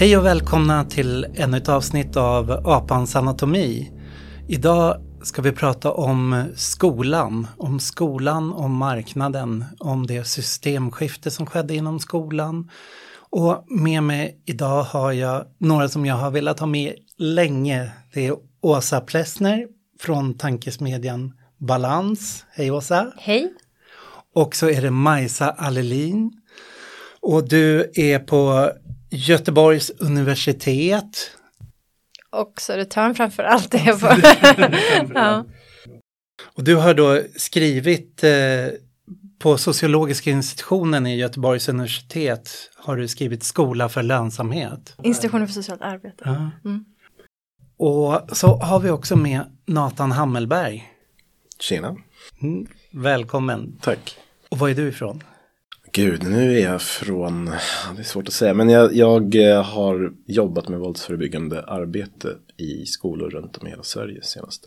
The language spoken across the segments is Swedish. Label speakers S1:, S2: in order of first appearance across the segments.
S1: Hej och välkomna till ännu ett avsnitt av Apans anatomi. Idag ska vi prata om skolan, om marknaden, om det systemskifte som skedde inom skolan. Och med mig idag har jag några som jag har velat ha med länge. Det är Åsa Plessner från tankesmedjan Balans. Hej Åsa.
S2: Hej.
S1: Och så är det Majsa Allelin. Och du är på Göteborgs universitet.
S2: Och Södertörn framför allt det jag på. Ja.
S1: Och du har då skrivit på sociologiska institutionen i Göteborgs universitet har du skrivit Skola för lönsamhet.
S2: Institutionen för socialt arbete.
S1: Ja. Mm. Och så har vi också med Nathan Hammelberg.
S3: Tjena.
S1: Välkommen.
S3: Tack.
S1: Och var är du ifrån?
S3: Gud, nu är jag från, det är svårt att säga, men jag har jobbat med våldsförebyggande arbete i skolor runt om i hela Sverige de senaste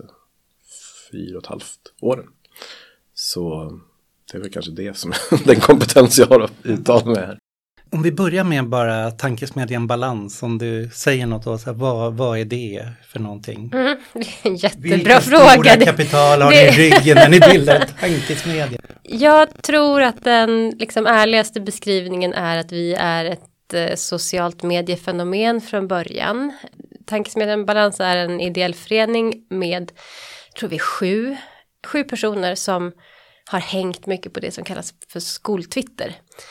S3: 4,5 åren. Så det är väl kanske det som den kompetens jag har att uttala mig här.
S1: Om vi börjar med bara tankesmedjan Balans, om du säger något då, så här, vad är det för någonting?
S2: Det är en jättebra
S1: Vilka
S2: fråga.
S1: Stora kapital har ni i ryggen när ni bildar tankesmedjan?
S2: Jag tror att den liksom ärligaste beskrivningen är att vi är ett socialt mediefenomen från början. Tankesmedjan Balans är en ideell förening med, tror vi, sju personer som har hängt mycket på det som kallas för skoltwitter.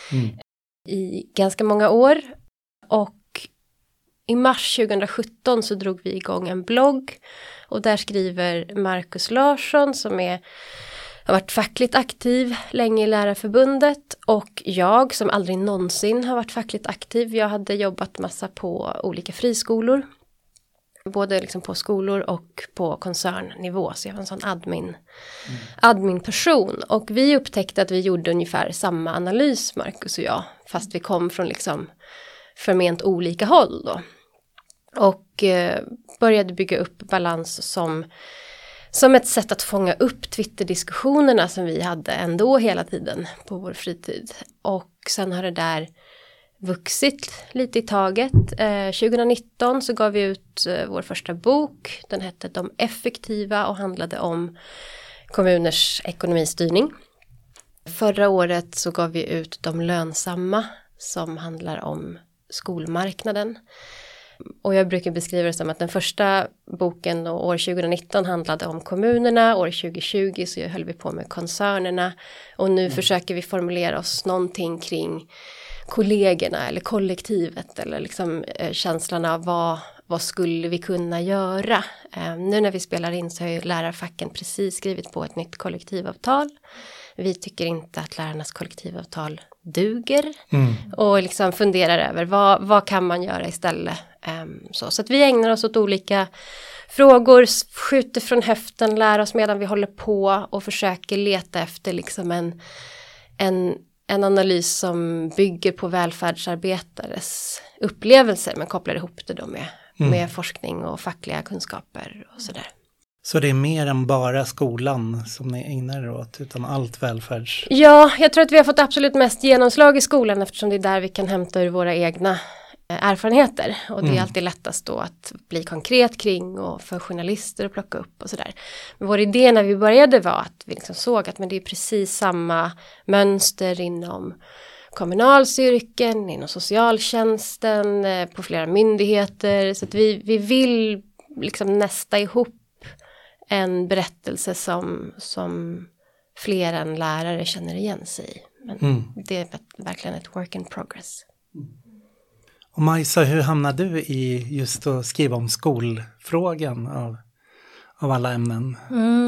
S2: I ganska många år, och i mars 2017 så drog vi igång en blogg, och där skriver Marcus Larsson som har varit fackligt aktiv länge i Lärarförbundet, och jag som aldrig någonsin har varit fackligt aktiv. Jag hade jobbat massa på olika friskolor, både liksom på skolor och på koncernnivå, så jag var en sån admin-person. Och vi upptäckte att vi gjorde ungefär samma analys, Marcus och jag, fast vi kom från liksom förment olika håll då. Och började bygga upp Balans som ett sätt att fånga upp Twitter-diskussionerna som vi hade ändå hela tiden på vår fritid. Och sen har det där vuxit lite i taget. 2019 så gav vi ut vår första bok. Den hette De effektiva och handlade om kommuners ekonomistyrning. Förra året så gav vi ut De lönsamma som handlar om skolmarknaden. Och jag brukar beskriva det som att den första boken år 2019 handlade om kommunerna. År 2020 så höll vi på med koncernerna. Och nu försöker vi formulera oss någonting kring kollegorna eller kollektivet, eller liksom känslan av vad skulle vi kunna göra. Nu när vi spelar in så har ju lärarfacken precis skrivit på ett nytt kollektivavtal. Vi tycker inte att lärarnas kollektivavtal duger. Och liksom funderar över vad kan man göra istället. Så att vi ägnar oss åt olika frågor, skjuter från höften, lär oss medan vi håller på och försöker leta efter liksom en analys som bygger på välfärdsarbetares upplevelser, men kopplar ihop det då med forskning och fackliga kunskaper och sådär.
S1: Så det är mer än bara skolan som ni ägnar er åt, utan allt välfärds?
S2: Ja, jag tror att vi har fått absolut mest genomslag i skolan, eftersom det är där vi kan hämta ur våra egna erfarenheter. Och det är alltid lättast då att bli konkret kring, och för journalister att plocka upp och sådär. Men vår idé när vi började var att vi liksom såg att men det är precis samma mönster inom kommunalsyrken, inom socialtjänsten, på flera myndigheter. Så att vi vill liksom nästa ihop en berättelse som fler än lärare känner igen sig i. Men det är verkligen ett work in progress.
S1: Och Majsa, hur hamnade du i just att skriva om skolfrågan av alla ämnen?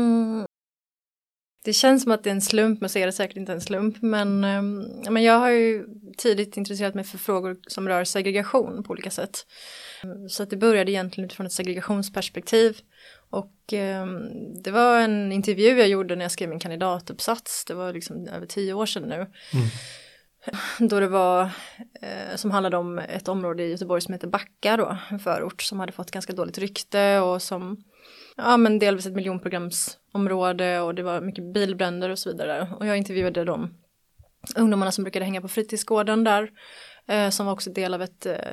S4: Det känns som att det är en slump, men så är det säkert inte en slump. Men jag har ju tidigt intresserat mig för frågor som rör segregation på olika sätt. Så att det började egentligen utifrån ett segregationsperspektiv. Och det var en intervju jag gjorde när jag skrev min kandidatuppsats. Det var liksom över 10 år sedan nu. Då det var som handlade om ett område i Göteborg som heter Backa då, en förort som hade fått ganska dåligt rykte och som men delvis ett miljonprogramsområde, och det var mycket bilbränder och så vidare. Och jag intervjuade de ungdomarna som brukade hänga på fritidsgården där, som var också del av ett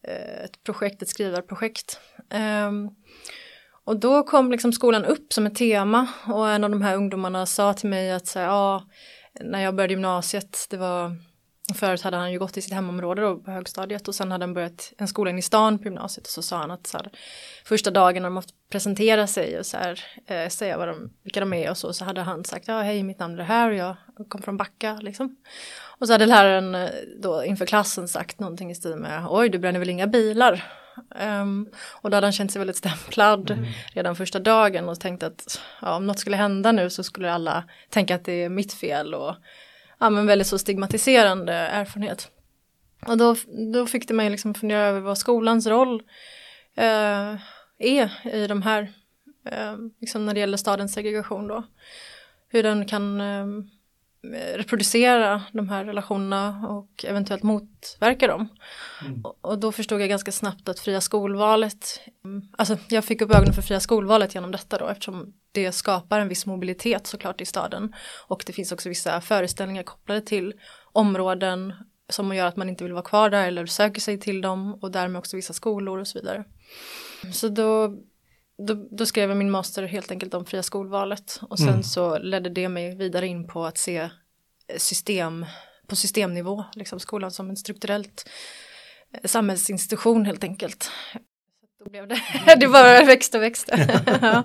S4: ett projekt, ett skrivarprojekt. Och då kom liksom skolan upp som ett tema och en av de här ungdomarna sa till mig att så här, när jag började gymnasiet, förut hade han ju gått i sitt hemområde då på högstadiet och sen hade han börjat en skola in i stan på gymnasiet och så sa han att så här, första dagen när de måste presentera sig och så här, säga vilka de är och så hade han sagt hej, mitt namn är det här och jag kom från Backa liksom. Och så hade läraren då inför klassen sagt någonting i stil med oj, du bränner väl inga bilar? Och då hade han känt sig väldigt stämplad redan första dagen och tänkt att om något skulle hända nu så skulle alla tänka att det är mitt fel och men väldigt så stigmatiserande erfarenhet. Och då fick det mig liksom fundera över vad skolans roll är i de här, liksom när det gäller stadens segregation då. Hur den kan reproducera de här relationerna och eventuellt motverka dem. Och då förstod jag ganska snabbt att fria skolvalet, alltså jag fick upp ögonen för fria skolvalet genom detta då, eftersom det skapar en viss mobilitet såklart i staden. Och det finns också vissa föreställningar kopplade till områden som gör att man inte vill vara kvar där eller söker sig till dem och därmed också vissa skolor och så vidare. Så då skrev jag min master helt enkelt om fria skolvalet och sen så ledde det mig vidare in på att se på systemnivå, liksom skolan som en strukturellt samhällsinstitution helt enkelt. Då blev det bara växte. Ja.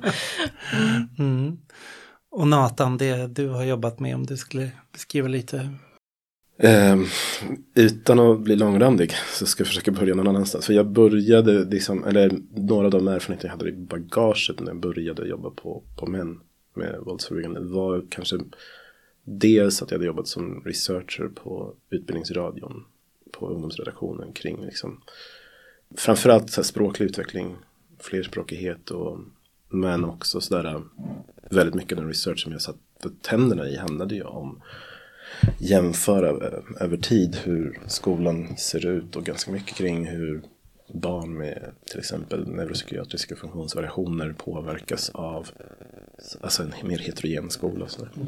S1: Och Nathan, det du har jobbat med, om du skulle beskriva lite.
S3: Utan att bli långrandig så ska jag försöka börja någon annanstans. För jag började några av de erfarenheter jag hade i bagaget när jag började jobba på män med våldsförebyggande var kanske dels att jag hade jobbat som researcher på Utbildningsradion på ungdomsredaktionen kring liksom, framförallt så här, språklig utveckling, flerspråkighet men också sådär väldigt mycket av den research som jag satte tänderna i handlade ju om jämföra över tid hur skolan ser ut och ganska mycket kring hur barn med till exempel neuropsykiatriska funktionsvariationer påverkas av alltså en mer heterogen skola.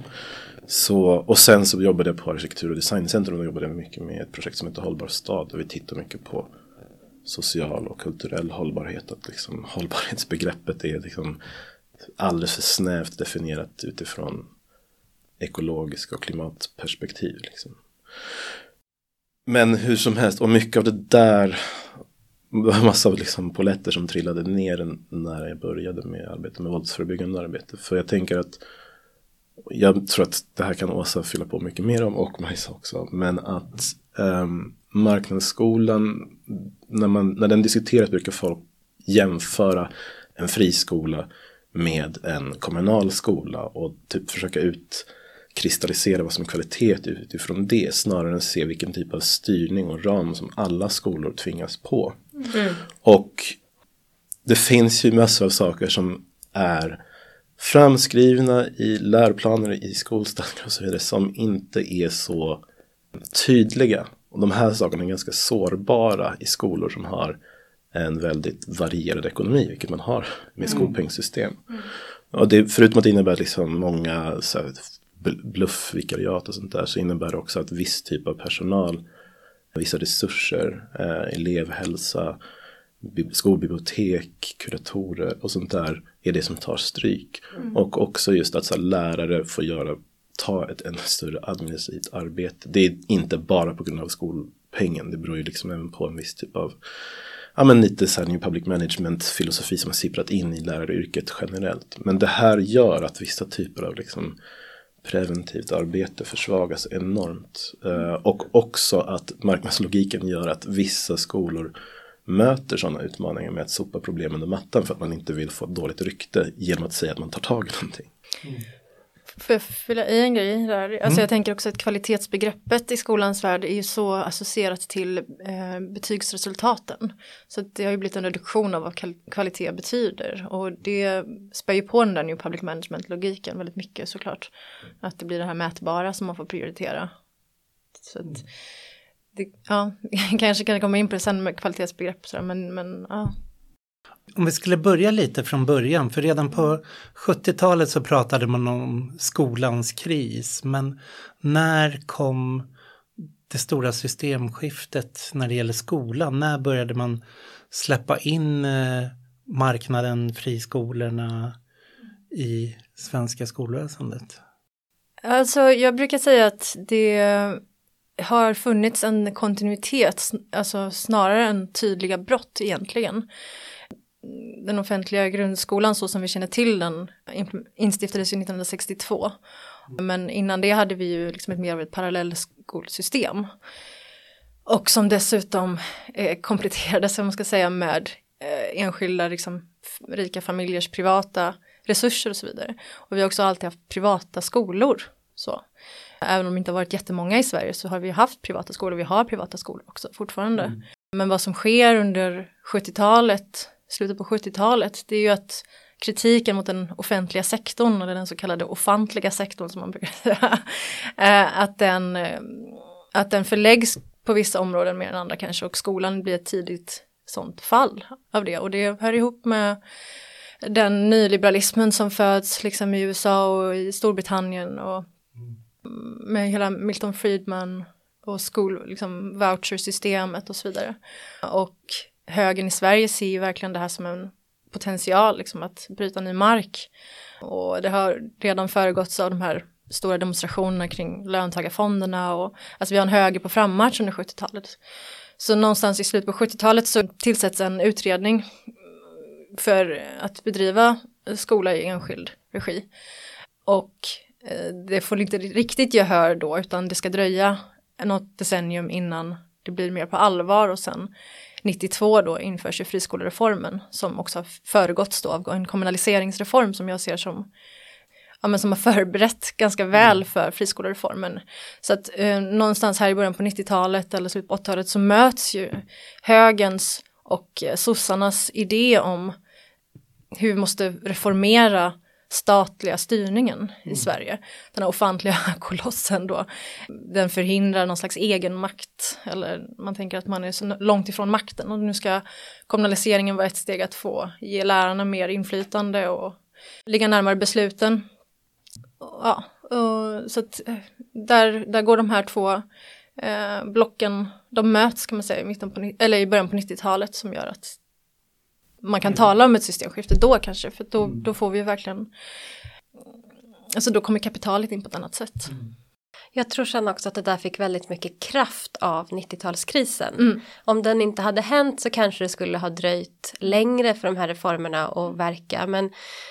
S3: Och sen så jobbade jag på arkitektur- och designcentrum och jobbade mycket med ett projekt som heter Hållbar stad där vi tittar mycket på social och kulturell hållbarhet. Att liksom, hållbarhetsbegreppet är liksom alldeles för snävt definierat utifrån ekologiska och klimatperspektiv. Liksom. Men hur som helst, och mycket av det där var en massa liksom poletter som trillade ner när jag började med arbete med våldsförebyggande arbete. För jag tänker att jag tror att det här kan Åsa fylla på mycket mer om och Majsa också. Men att marknadsskolan, när den diskuteras brukar folk jämföra en friskola med en kommunal skola och typ försöka utkristallisera vad som är kvalitet utifrån det snarare än se vilken typ av styrning och ram som alla skolor tvingas på. Och det finns ju massor av saker som är framskrivna i läroplaner, i skolstadgar och så vidare som inte är så tydliga. Och de här sakerna är ganska sårbara i skolor som har en väldigt varierad ekonomi, vilket man har med skolpengssystem. Och det, förutom att det innebär liksom många så här, bluffvikariat och sånt där, så innebär det också att viss typ av personal, vissa resurser, elevhälsa, skolbibliotek, kuratorer och sånt där är det som tar stryk. Och också just att så här, lärare får ta ett ännu större administrativt arbete. Det är inte bara på grund av skolpengen, det beror ju liksom även på en viss typ av lite så här new public management filosofi som har sipprat in i läraryrket generellt. Men det här gör att vissa typer av liksom preventivt arbete försvagas enormt. Och också att marknadslogiken gör att vissa skolor möter sådana utmaningar med att sopa problemen under mattan för att man inte vill få dåligt rykte genom att säga att man tar tag i någonting.
S4: Får jag fylla i en grej där? Alltså jag tänker också att kvalitetsbegreppet i skolans värld är ju så associerat till betygsresultaten. Så det har ju blivit en reduktion av vad kvalitet betyder. Och det spär ju på den där new public management-logiken väldigt mycket såklart. Att det blir det här mätbara som man får prioritera. Så att kanske kan komma in på det sen med kvalitetsbegrepp. Men ja.
S1: Om vi skulle börja lite från början, för redan på 70-talet så pratade man om skolans kris, men när kom det stora systemskiftet när det gäller skolan? När började man släppa in marknaden, friskolorna i svenska skolväsendet?
S4: Alltså jag brukar säga att det har funnits en kontinuitet, alltså snarare än tydliga brott egentligen. Den offentliga grundskolan så som vi känner till den instiftades 1962. Men innan det hade vi ju liksom mer av ett parallellskolsystem. Och som dessutom kompletterades, om man ska säga, med enskilda liksom, rika familjers privata resurser och så vidare. Och vi har också alltid haft privata skolor. Så. Även om det inte har varit jättemånga i Sverige så har vi haft privata skolor. Vi har privata skolor också fortfarande. Men vad som sker under 70-talet, slutet på 70-talet, det är ju att kritiken mot den offentliga sektorn, eller den så kallade ofantliga sektorn som man brukar säga, att den förläggs på vissa områden mer än andra kanske, och skolan blir ett tidigt sånt fall av det. Och det hör ihop med den nyliberalismen som föds liksom i USA och i Storbritannien och med hela Milton Friedman och liksom vouchersystemet och så vidare. Och högern i Sverige ser ju verkligen det här som en potential liksom, att bryta ny mark. Och det har redan föregåtts av de här stora demonstrationerna kring löntagarfonderna. Och, alltså vi har en höger på frammarsch under 70-talet. Så någonstans i slutet på 70-talet så tillsätts en utredning för att bedriva skola i enskild regi. Och det får inte riktigt gehör då, utan det ska dröja något decennium innan det blir mer på allvar, och sen 92 då införs ju friskolereformen som också har föregåtts då av en kommunaliseringsreform som jag ser som, ja, men som har förberett ganska väl för friskolereformen. Så att någonstans här i början på 90-talet eller slutet på 80-talet så möts ju högens och sossarnas idé om hur vi måste reformera statliga styrningen i Sverige. Den här ofantliga kolossen då, den förhindrar någon slags egen makt, eller man tänker att man är så långt ifrån makten, och nu ska kommunaliseringen vara ett steg att få ge lärarna mer inflytande och ligga närmare besluten. Ja, och så att där går de här två blocken, de möts kan man säga i början på 90-talet, som gör att man kan tala om ett systemskifte då kanske, för då får vi verkligen, alltså då kommer kapitalet in på ett annat sätt.
S2: Jag tror sen också att det där fick väldigt mycket kraft av 90-talskrisen. Om den inte hade hänt så kanske det skulle ha dröjt längre för de här reformerna att verka, men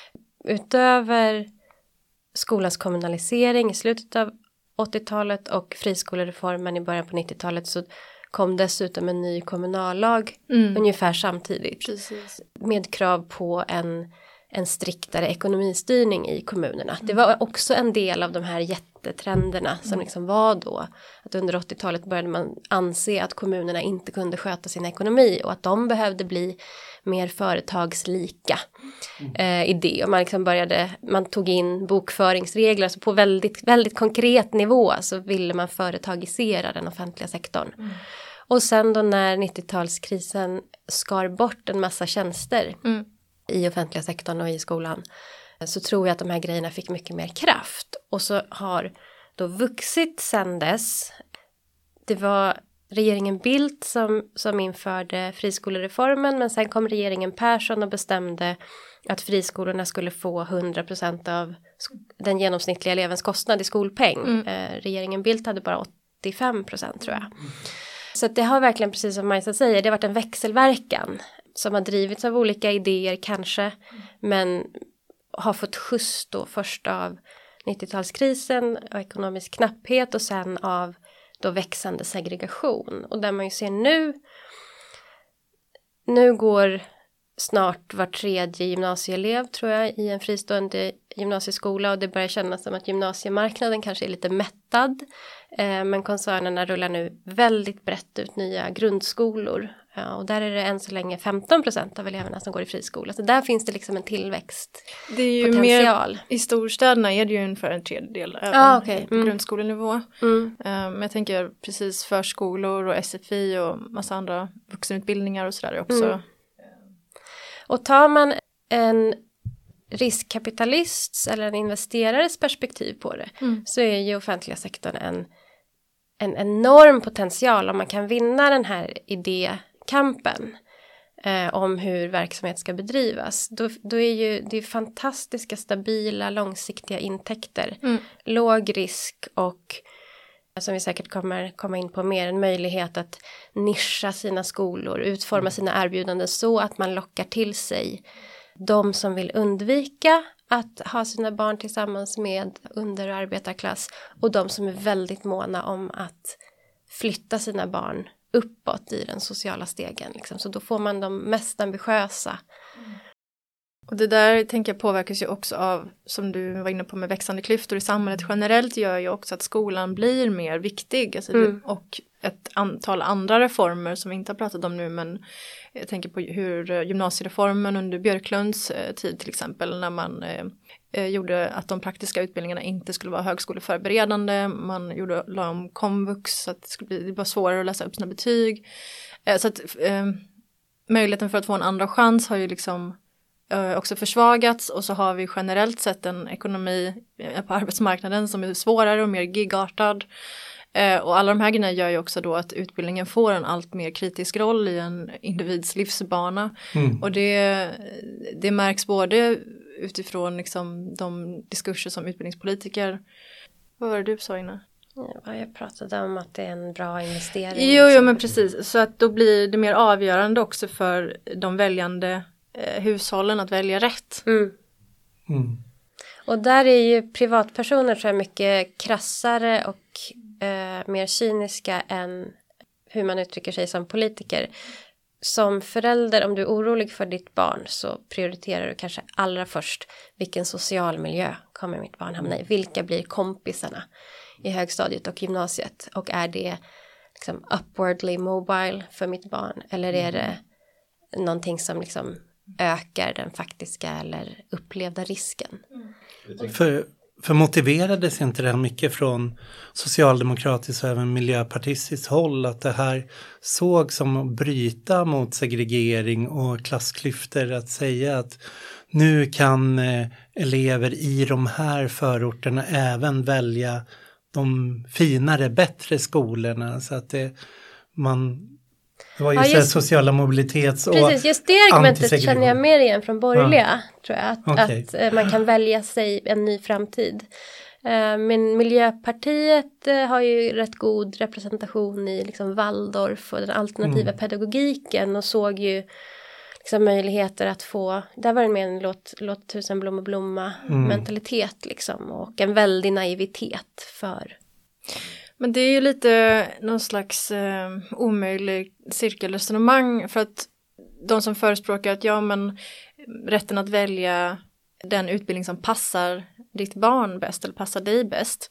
S2: utöver skolans kommunalisering i slutet av 80-talet och friskolereformen i början på 90-talet så kom dessutom en ny kommunallag ungefär samtidigt. Precis. Med krav på en striktare ekonomistyrning i kommunerna. Det var också en del av de här jättetrenderna som liksom var då. Att under 80-talet började man anse att kommunerna inte kunde sköta sin ekonomi och att de behövde bli mer företagslika i det. Och man tog in bokföringsregler, så på väldigt, väldigt konkret nivå så ville man företagisera den offentliga sektorn. Och sen då när 90-talskrisen skar bort en massa tjänster i offentliga sektorn och i skolan, så tror jag att de här grejerna fick mycket mer kraft. Och så har då vuxit sedan dess. Det var regeringen Bildt som införde friskolereformen, men sen kom regeringen Persson och bestämde att friskolorna skulle få 100% av den genomsnittliga elevens kostnad i skolpeng. Regeringen Bildt hade bara 85% tror jag. Så att det har verkligen, precis som Majsa säger, det har varit en växelverkan som har drivits av olika idéer kanske, men har fått skjuts då först av 90-talskrisen och ekonomisk knapphet och sen av då växande segregation. Och där man ju ser nu går snart var tredje gymnasieelev tror jag i en fristående gymnasieskola, och det börjar kännas som att gymnasiemarknaden kanske är lite mättad, men koncernerna rullar nu väldigt brett ut nya grundskolor, och där är det än så länge 15% av eleverna som går i friskola, så där finns det liksom en tillväxtpotential.
S4: Det är ju mer, i storstäderna är det ju ungefär en tredjedel även på grundskolenivå. Men jag tänker precis förskolor och SFI och massa andra vuxenutbildningar och sådär också.
S2: Och tar man en riskkapitalists eller en investerares perspektiv på det, så är ju offentliga sektorn en enorm potential om man kan vinna den här idékampen om hur verksamhet ska bedrivas. Då är ju det är fantastiska, stabila, långsiktiga intäkter. Låg risk och som vi säkert kommer komma in på mer, en möjlighet att nischa sina skolor, utforma sina erbjudanden så att man lockar till sig de som vill undvika att ha sina barn tillsammans med under- och arbetarklass och de som är väldigt måna om att flytta sina barn uppåt i den sociala stegen. Liksom. Så då får man de mest ambitiösa.
S4: Och det där tänker jag påverkas ju också av, som du var inne på, med växande klyftor i samhället generellt, gör ju också att skolan blir mer viktig. Alltså och ett antal andra reformer som vi inte har pratat om nu, men jag tänker på hur gymnasiereformen under Björklunds tid till exempel, när man gjorde att de praktiska utbildningarna inte skulle vara högskoleförberedande. Man la om komvux så att det var svårare att läsa upp sina betyg. Så att möjligheten för att få en andra chans har ju liksom också försvagats, och så har vi generellt sett en ekonomi på arbetsmarknaden som är svårare och mer gigartad. Och alla de här grejerna gör ju också då att utbildningen får en allt mer kritisk roll i en individs livsbana. Och det märks både utifrån liksom de diskurser som utbildningspolitiker. Vad var det du sa innan?
S2: Ja, jag pratade om att det är en bra investering.
S4: Jo, men precis. Så att då blir det mer avgörande också för de väljande hushållen att välja rätt.
S2: Och där är ju privatpersoner tror jag mycket krassare och mer cyniska än hur man uttrycker sig som politiker. Som förälder, om du är orolig för ditt barn, så prioriterar du kanske allra först vilken social miljö kommer mitt barn hamna i. Vilka blir kompisarna i högstadiet och gymnasiet? Och är det liksom upwardly mobile för mitt barn? Eller är det någonting som liksom ökar den faktiska eller upplevda risken?
S1: För motiverades inte det här mycket från socialdemokratiskt och även miljöpartistiskt håll, att det här såg som att bryta mot segregering och klassklyftor, att säga att nu kan elever i de här förorterna även välja de finare, bättre skolorna, så att det var just sociala mobilitets och
S2: precis, just det argumentet känner jag mer igen från borgerliga, tror jag. Att man kan välja sig en ny framtid. Men Miljöpartiet har ju rätt god representation i liksom Waldorf och den alternativa pedagogiken, och såg ju liksom möjligheter att få, där var det mer en låt tusen blommor blomma mentalitet liksom, och en väldig naivitet för.
S4: Men det är ju lite någon slags omöjlig cirkelresonemang, för att de som förespråkar att rätten att välja den utbildning som passar ditt barn bäst eller passar dig bäst,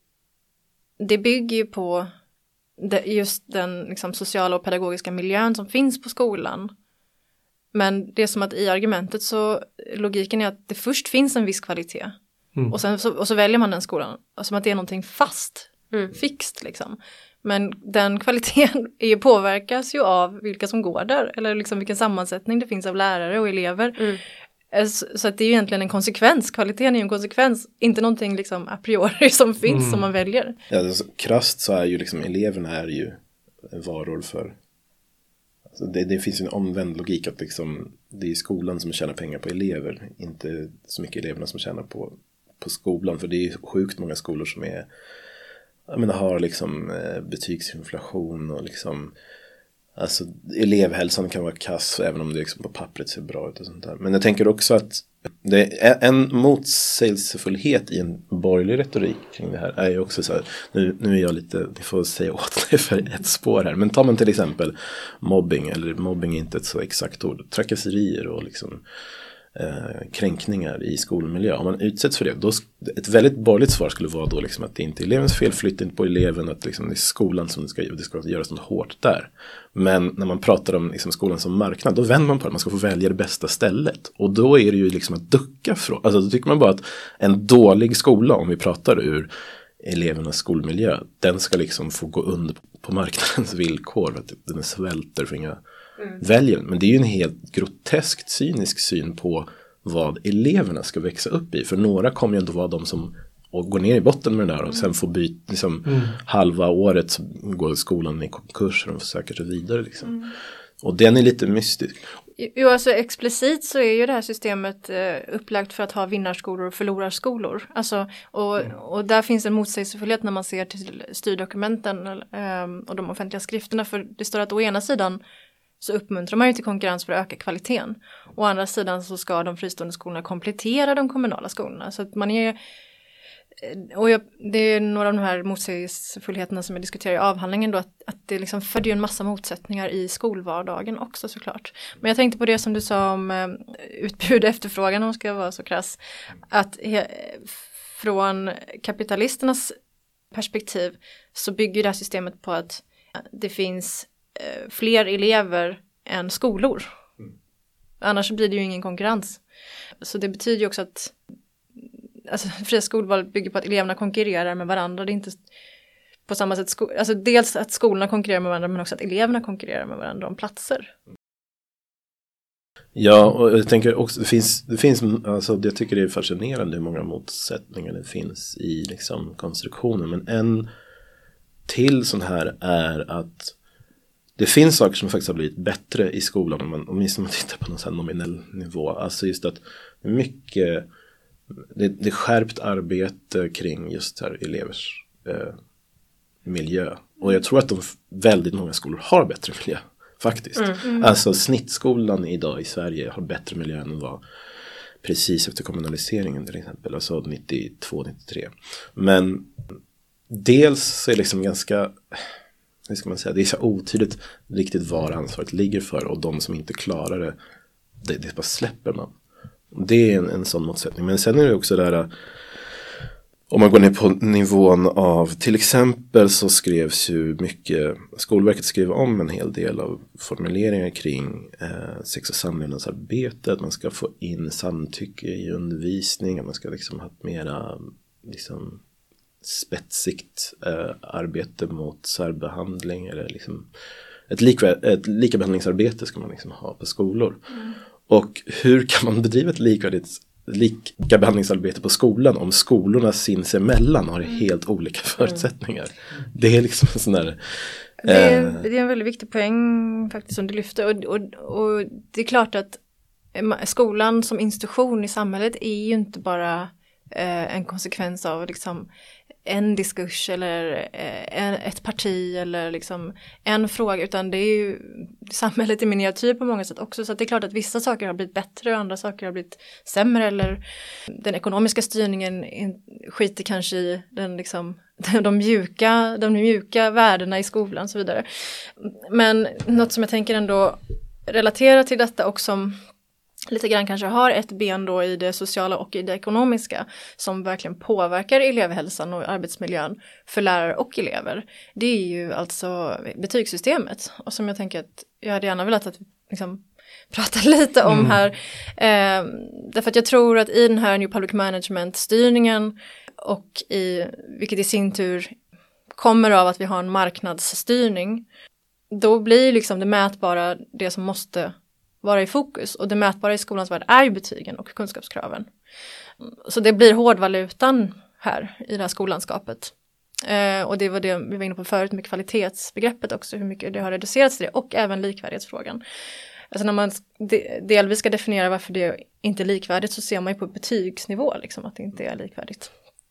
S4: det bygger ju på just den liksom sociala och pedagogiska miljön som finns på skolan. Men det är som att i argumentet så logiken är att det först finns en viss kvalitet och sen så väljer man den skolan, som att det är någonting fast. Fixt liksom. Men den kvaliteten påverkas ju av vilka som går där, eller liksom vilken sammansättning det finns av lärare och elever. Så att det är ju egentligen en konsekvens. Kvaliteten är ju en konsekvens, inte någonting liksom a priori som finns som man väljer.
S3: Ja, alltså, krasst så är ju liksom eleverna är ju varor för, alltså det finns ju en omvänd logik att liksom, det är skolan som tjänar pengar på elever, inte så mycket eleverna som tjänar på skolan, för det är ju sjukt många skolor som är, jag menar, har liksom betygsinflation och liksom, alltså elevhälsan kan vara kass även om det liksom på pappret ser bra ut och sånt där. Men jag tänker också att det är en motsägelsefullhet i en borgerlig retorik kring det här är ju också så här, nu är jag lite, ni får säga åt mig för ett spår här, men tar man till exempel mobbing, eller mobbing är inte ett så exakt ord, trakasserier och liksom kränkningar i skolmiljö. Om man utsätts för det, då ett väldigt borgerligt svar skulle vara då liksom att det inte är elevens fel, flytta inte på eleven, att liksom det är skolan som det ska göras något hårt där. Men när man pratar om liksom skolan som marknad, då vänder man på det, man ska få välja det bästa stället. Och då är det ju liksom att ducka från, alltså då tycker man bara att en dålig skola, om vi pratar ur elevernas skolmiljö, den ska liksom få gå under på marknadens villkor, att den svälter för inga väljer. Men det är ju en helt groteskt cynisk syn på vad eleverna ska växa upp i. För några kommer ju ändå vara de som och går ner i botten med det där och sen får byta liksom, halva året så går skolan i konkurs och de får söka sig vidare liksom. Och den är lite mystisk.
S4: Jo, alltså explicit så är ju det här systemet upplagt för att ha vinnarskolor och förlorarskolor. Alltså, och där finns en motsägelsefullhet när man ser till styrdokumenten och de offentliga skrifterna. För det står att å ena sidan så uppmuntrar man ju till konkurrens för att öka kvaliteten. Å andra sidan så ska de fristående skolorna komplettera de kommunala skolorna. Så att man är... Och det är några av de här motsägelsefullheterna som jag diskuterar i avhandlingen då, att det liksom födde en massa motsättningar i skolvardagen också såklart. Men jag tänkte på det som du sa om utbud och efterfrågan, om man ska vara så krass, att från kapitalisternas perspektiv så bygger det här systemet på att det finns fler elever än skolor. Annars blir det ju ingen konkurrens. Så det betyder ju också att alltså, fria skolval bygger på att eleverna konkurrerar med varandra. Det är inte på samma sätt, alltså dels att skolorna konkurrerar med varandra men också att eleverna konkurrerar med varandra om platser.
S3: Ja, och jag tänker också, det finns alltså jag tycker det är fascinerande hur många motsättningar det finns i liksom konstruktionen. Men en till sån här är att det finns saker som faktiskt har blivit bättre i skolan om man tittar på någon sån här nominell nivå. Alltså just att mycket det är skärpt arbete kring just här elevers miljö. Och jag tror att väldigt många skolor har bättre miljö faktiskt. Alltså snittskolan idag i Sverige har bättre miljö än vad precis efter kommunaliseringen till exempel. Alltså 92-93. Men dels så är det liksom ganska, hur ska man säga, det är så otydligt riktigt var ansvaret ligger för, och de som inte klarar det bara släpper man. Det är en sån motsättning. Men sen är det också där, om man går ner på nivån av, till exempel så skrevs ju mycket, Skolverket skrev om en hel del av formuleringar kring sex- och samlevnadsarbete, att man ska få in samtycke i undervisning, att man ska liksom ha ett mera liksom spetsigt arbete mot särbehandling, eller liksom ett likabehandlingsarbete ska man liksom ha på skolor. Och hur kan man bedriva ett likabehandlingsarbete på skolan om skolorna sinsemellan har helt olika förutsättningar? Det är liksom en sån där...
S4: Det är en väldigt viktig poäng faktiskt som du lyfter. Och det är klart att skolan som institution i samhället är ju inte bara en konsekvens av liksom en diskurs eller ett parti eller liksom en fråga, utan det är ju samhället i miniatyr på många sätt också. Så att det är klart att vissa saker har blivit bättre och andra saker har blivit sämre, eller den ekonomiska styrningen skiter kanske i den liksom de mjuka värdena i skolan och så vidare. Men något som jag tänker ändå relatera till detta och som lite grann kanske har ett ben då i det sociala och i det ekonomiska som verkligen påverkar elevhälsan och arbetsmiljön för lärare och elever. Det är ju alltså betygssystemet, och som jag tänker att jag hade gärna velat att vi liksom pratar lite om här. Därför att jag tror att i den här New Public Management-styrningen och vilket i sin tur kommer av att vi har en marknadsstyrning, då blir liksom det mätbara det som måste vara i fokus, och det mätbara i skolans värld är ju betygen och kunskapskraven. Så det blir hårdvalutan här i det här skollandskapet. Och det var det vi var inne på förut med kvalitetsbegreppet också, hur mycket det har reducerats till det, och även likvärdighetsfrågan. Alltså när man delvis ska definiera varför det inte är likvärdigt, så ser man ju på betygsnivå liksom att det inte är likvärdigt.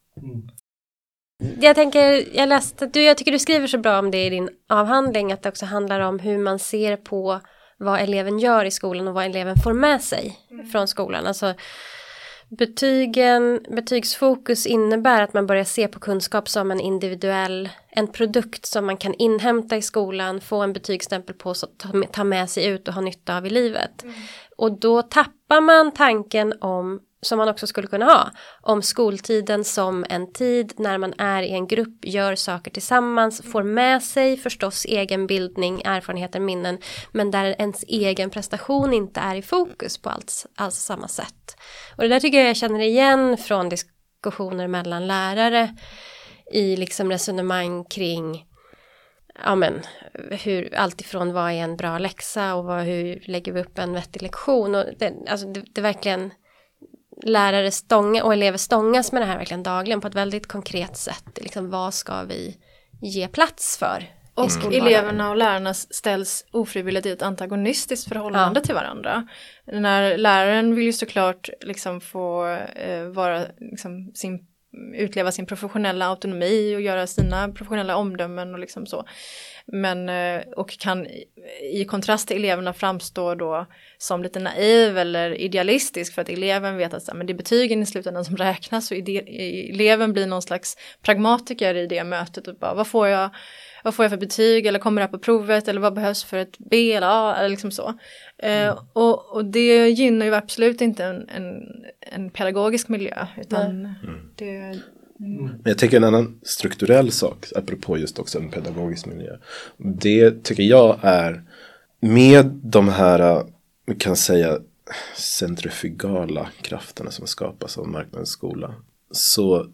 S2: Jag tycker du skriver så bra om det i din avhandling, att det också handlar om hur man ser på vad eleven gör i skolan och vad eleven får med sig från skolan. Alltså betygsfokus innebär att man börjar se på kunskap som en produkt som man kan inhämta i skolan, få en betygsstämpel på, så ta med sig ut och ha nytta av i livet. Och då tappar man tanken om, som man också skulle kunna ha, om skoltiden som en tid när man är i en grupp, gör saker tillsammans, får med sig förstås egen bildning, erfarenheter, minnen, men där ens egen prestation inte är i fokus på alls samma sätt. Och det där tycker jag känner igen från diskussioner mellan lärare i liksom resonemang kring hur, allt ifrån vad är en bra läxa och hur lägger vi upp en vettig lektion, och det verkligen lärare och elever stångas med det här verkligen dagligen på ett väldigt konkret sätt. Liksom, vad ska vi ge plats för?
S4: Och eleverna och lärarna ställs ofrivilligt i ett antagonistiskt förhållande till varandra. När läraren vill ju såklart liksom få liksom utleva sin professionella autonomi och göra sina professionella omdömen och liksom så. Men, och kan i kontrast till eleverna framstå då som lite naiv eller idealistisk för att eleven vet att men det är betygen i slutändan som räknas och eleven blir någon slags pragmatiker i det mötet och bara, vad får jag för betyg eller kommer det på provet eller vad behövs för ett B eller A eller liksom så. Och det gynnar ju absolut inte en pedagogisk miljö utan det...
S3: Men jag tänker en annan strukturell sak apropå just också en pedagogisk miljö. Det tycker jag är med de här, vi kan säga centrifugala krafterna som skapas av marknadens skola. Så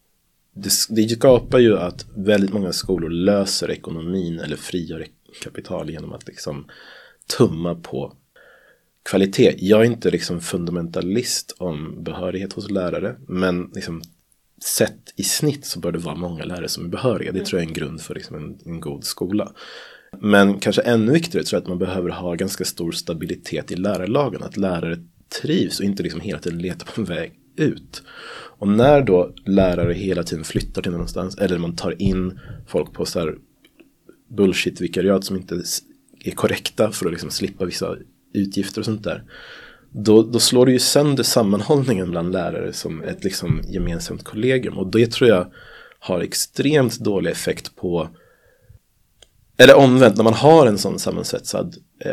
S3: det skapar ju att väldigt många skolor löser ekonomin eller frigör kapital genom att liksom tumma på kvalitet. Jag är inte liksom fundamentalist om behörighet hos lärare, men liksom sett i snitt så bör det vara många lärare som är behöriga. Det tror jag är en grund för liksom en god skola. Men kanske ännu viktigare tror jag att man behöver ha ganska stor stabilitet i lärarlagen. Att lärare trivs och inte liksom hela tiden letar på en väg ut. Och när då lärare hela tiden flyttar till någonstans eller man tar in folk på så här bullshit-vikariat som inte är korrekta för att liksom slippa vissa utgifter och sånt där. Då slår det ju sönder sammanhållningen bland lärare som ett liksom gemensamt kollegium. Och det tror jag har extremt dålig effekt på, eller omvänt, när man har en sån sammansvetsad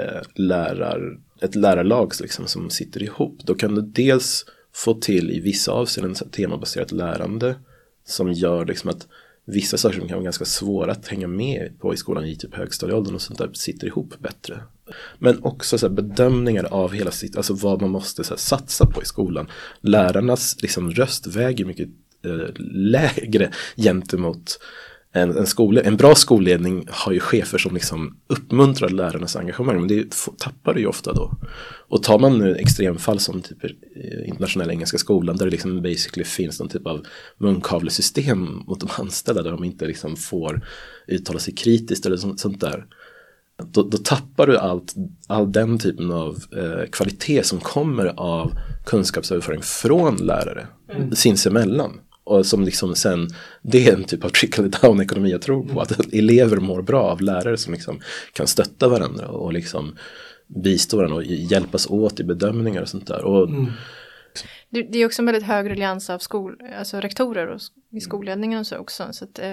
S3: ett lärarlag liksom, som sitter ihop, då kan du dels få till i vissa avseenden temabaserat lärande som gör liksom att vissa saker som kan vara ganska svåra att hänga med på i skolan i typ högstadieåldern och sånt där sitter ihop bättre. Men också så här, bedömningar av hela sitt, alltså vad man måste så här, satsa på i skolan. Lärarnas liksom, röst väger mycket lägre gentemot en bra skolledning har ju chefer som liksom uppmuntrar lärarnas engagemang, men det tappar det ju ofta då. Och tar man nu extremfall som typ internationella engelska skolan där det liksom basically finns någon typ av munkavlesystem mot de anställda där de inte liksom får uttala sig kritiskt eller sånt där. Då tappar du all den typen av kvalitet som kommer av kunskapsöverföring från lärare sinsemellan. Och som liksom sen, det är en typ av trickle-down-ekonomi jag tror på. Att elever mår bra av lärare som liksom kan stötta varandra och liksom bistå varandra och hjälpas åt i bedömningar och sånt där. Och,
S4: det är också en väldigt hög relians av alltså rektorer och i skolledningen och så också. Så att,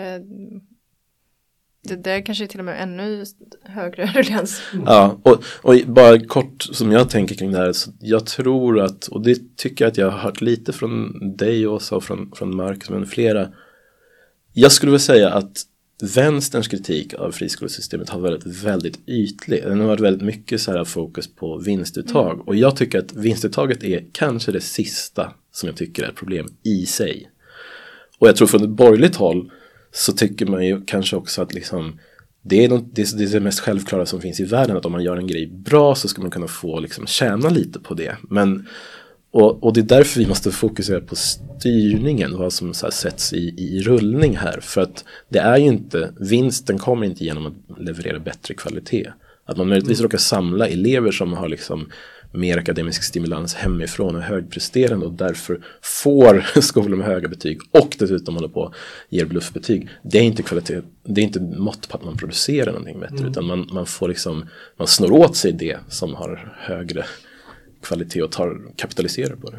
S4: det där kanske är till och med ännu högre relians.
S3: Ja, och bara kort som jag tänker kring det här. Så jag tror att, och det tycker jag att jag har hört lite från dig också och från Marcus men flera. Jag skulle vilja säga att vänsterns kritik av friskolesystemet har varit väldigt ytlig. Den har varit väldigt mycket så här fokus på vinstuttag. Och jag tycker att vinstuttaget är kanske det sista som jag tycker är ett problem i sig. Och jag tror från ett borgerligt håll så tycker man ju kanske också att liksom, det är det mest självklara som finns i världen, att om man gör en grej bra så ska man kunna få liksom, tjäna lite på det. Men, och det är därför vi måste fokusera på styrningen, vad som så här, sätts i rullning här. För att det är ju inte, vinsten kommer inte genom att leverera bättre kvalitet. Att man möjligtvis råkar samla elever som har liksom mer akademisk stimulans hemifrån och högpresterande och därför får skolor med höga betyg och dessutom håller på ger bluffbetyg. Det är inte kvalitet, det är inte mått på att man producerar någonting bättre utan man får liksom, man snor åt sig det som har högre kvalitet och kapitaliserar på det.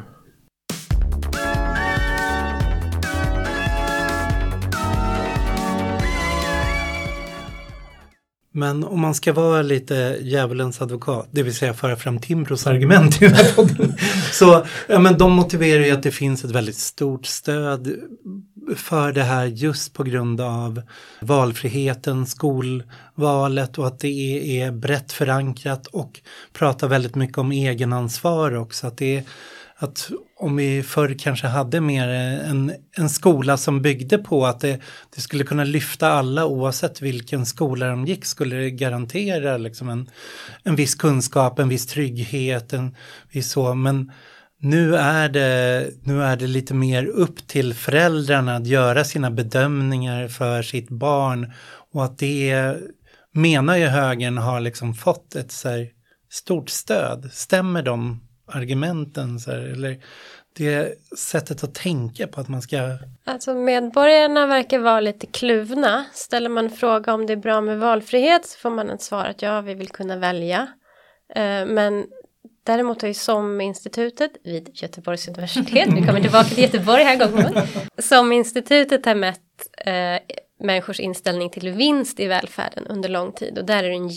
S1: Men om man ska vara lite djävulens advokat, det vill säga föra fram Timbros argument i den här podden, så ja, men de motiverar ju att det finns ett väldigt stort stöd för det här just på grund av valfriheten, skolvalet och att det är brett förankrat och pratar väldigt mycket om egenansvar också. Att det är att om vi förr kanske hade mer en skola som byggde på att det skulle kunna lyfta alla oavsett vilken skola de gick, skulle det garantera liksom en viss kunskap, en viss trygghet, en viss så. Men nu är det lite mer upp till föräldrarna att göra sina bedömningar för sitt barn, och att det menar ju högern har liksom fått ett så här stort stöd. Stämmer de argumenten så här, eller det sättet att tänka på att man ska...
S2: Alltså medborgarna verkar vara lite kluvna. Ställer man fråga om det är bra med valfrihet så får man ett svar att ja, vi vill kunna välja. Men däremot har ju SOM-institutet vid Göteborgs universitet, vi kommer tillbaka till Göteborg här gången. SOM-institutet har mätt människors inställning till vinst i välfärden under lång tid. Och där är det en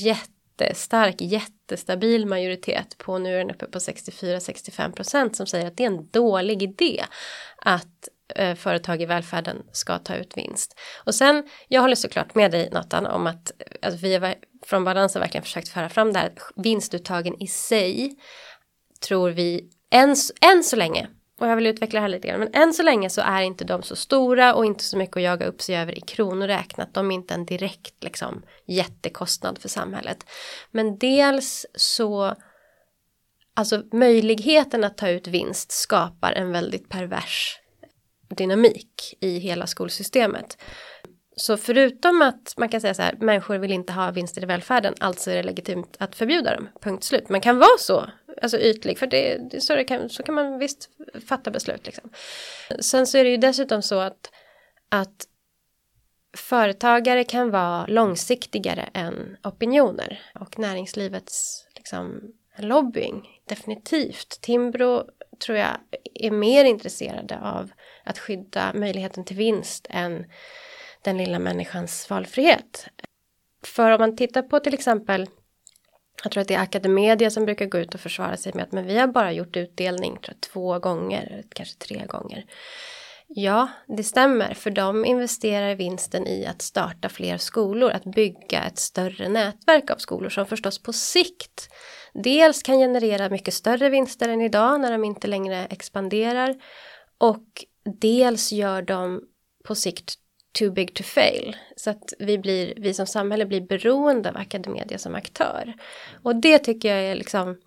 S2: jättestabil majoritet på, nu är den uppe på 64-65% som säger att det är en dålig idé att företag i välfärden ska ta ut vinst. Och sen, jag håller såklart med dig Nathan om att alltså, vi har från Balans har verkligen försökt föra fram det här. Vinstuttagen i sig tror vi än så länge, och jag vill utveckla det här lite grann, men än så länge så är inte de så stora och inte så mycket att jaga upp sig över i kronor räknat. De är inte en direkt liksom, jättekostnad för samhället. Men dels så, alltså möjligheten att ta ut vinst skapar en väldigt pervers dynamik i hela skolsystemet. Så förutom att man kan säga så här, människor vill inte ha vinster i välfärden, alltså är det legitimt att förbjuda dem, punkt slut. Man kan vara så, alltså ytlig, för så kan man visst fatta beslut. Liksom. Sen så är det ju dessutom så att företagare kan vara långsiktigare än opinioner, och näringslivets liksom, lobbying, definitivt. Timbro tror jag är mer intresserade av att skydda möjligheten till vinst än den lilla människans valfrihet. För om man tittar på till exempel, jag tror att det är Academedia som brukar gå ut och försvara sig med att men vi har bara gjort utdelning tror jag, 2 gånger, kanske 3 gånger. Ja, det stämmer, för de investerar vinsten i att starta fler skolor, att bygga ett större nätverk av skolor som förstås på sikt dels kan generera mycket större vinster än idag när de inte längre expanderar, och dels gör de på sikt too big to fail. Så att vi som samhälle blir beroende av Academedia som aktör. Och det tycker jag är liksom...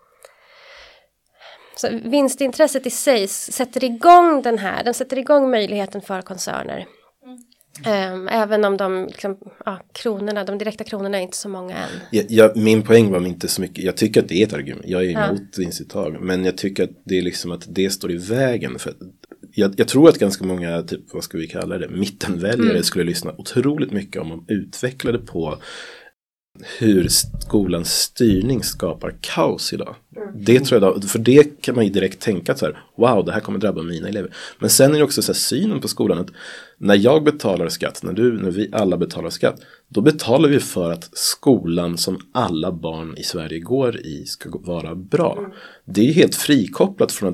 S2: Så vinstintresset i sig sätter igång den sätter igång möjligheten för koncerner. Även om de direkta kronorna är inte så många än.
S3: Min poäng var inte så mycket, jag tycker att det är ett argument, jag är emot vinstuttag, men jag tycker att det är liksom att det står i vägen för jag tror att ganska många, typ, vad ska vi kalla det, mittenväljare skulle lyssna otroligt mycket om man utvecklade på hur skolans styrning skapar kaos idag. Det tror jag då, för det kan man ju direkt tänka så här, wow, det här kommer drabba mina elever. Men sen är det också så här, synen på skolan att när jag betalar skatt, när vi alla betalar skatt, då betalar vi för att skolan som alla barn i Sverige går i ska vara bra. Det är ju helt frikopplat från att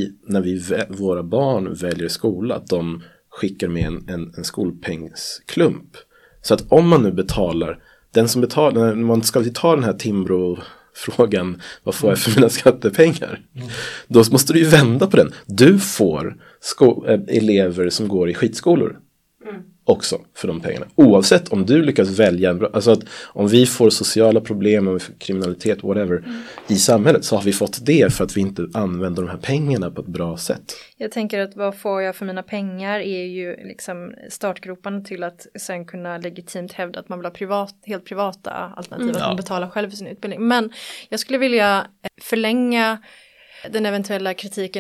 S3: våra barn väljer skola, att de skickar med en skolpengsklump. Så att om man nu betalar, den som betalar, när man ska ta den här Timbro-frågan, vad får jag för mina skattepengar? Då måste du ju vända på den. Du får elever som går i skitskolor också för de pengarna. Oavsett om du lyckas välja en bra, alltså att om vi får sociala problem, om vi får kriminalitet, whatever, i samhället, så har vi fått det för att vi inte använder de här pengarna på ett bra sätt.
S4: Jag tänker att vad får jag för mina pengar är ju liksom startgropen till att sen kunna legitimt hävda att man vill ha helt privata alternativ, att man betalar själv för sin utbildning. Men jag skulle vilja förlänga den eventuella kritiken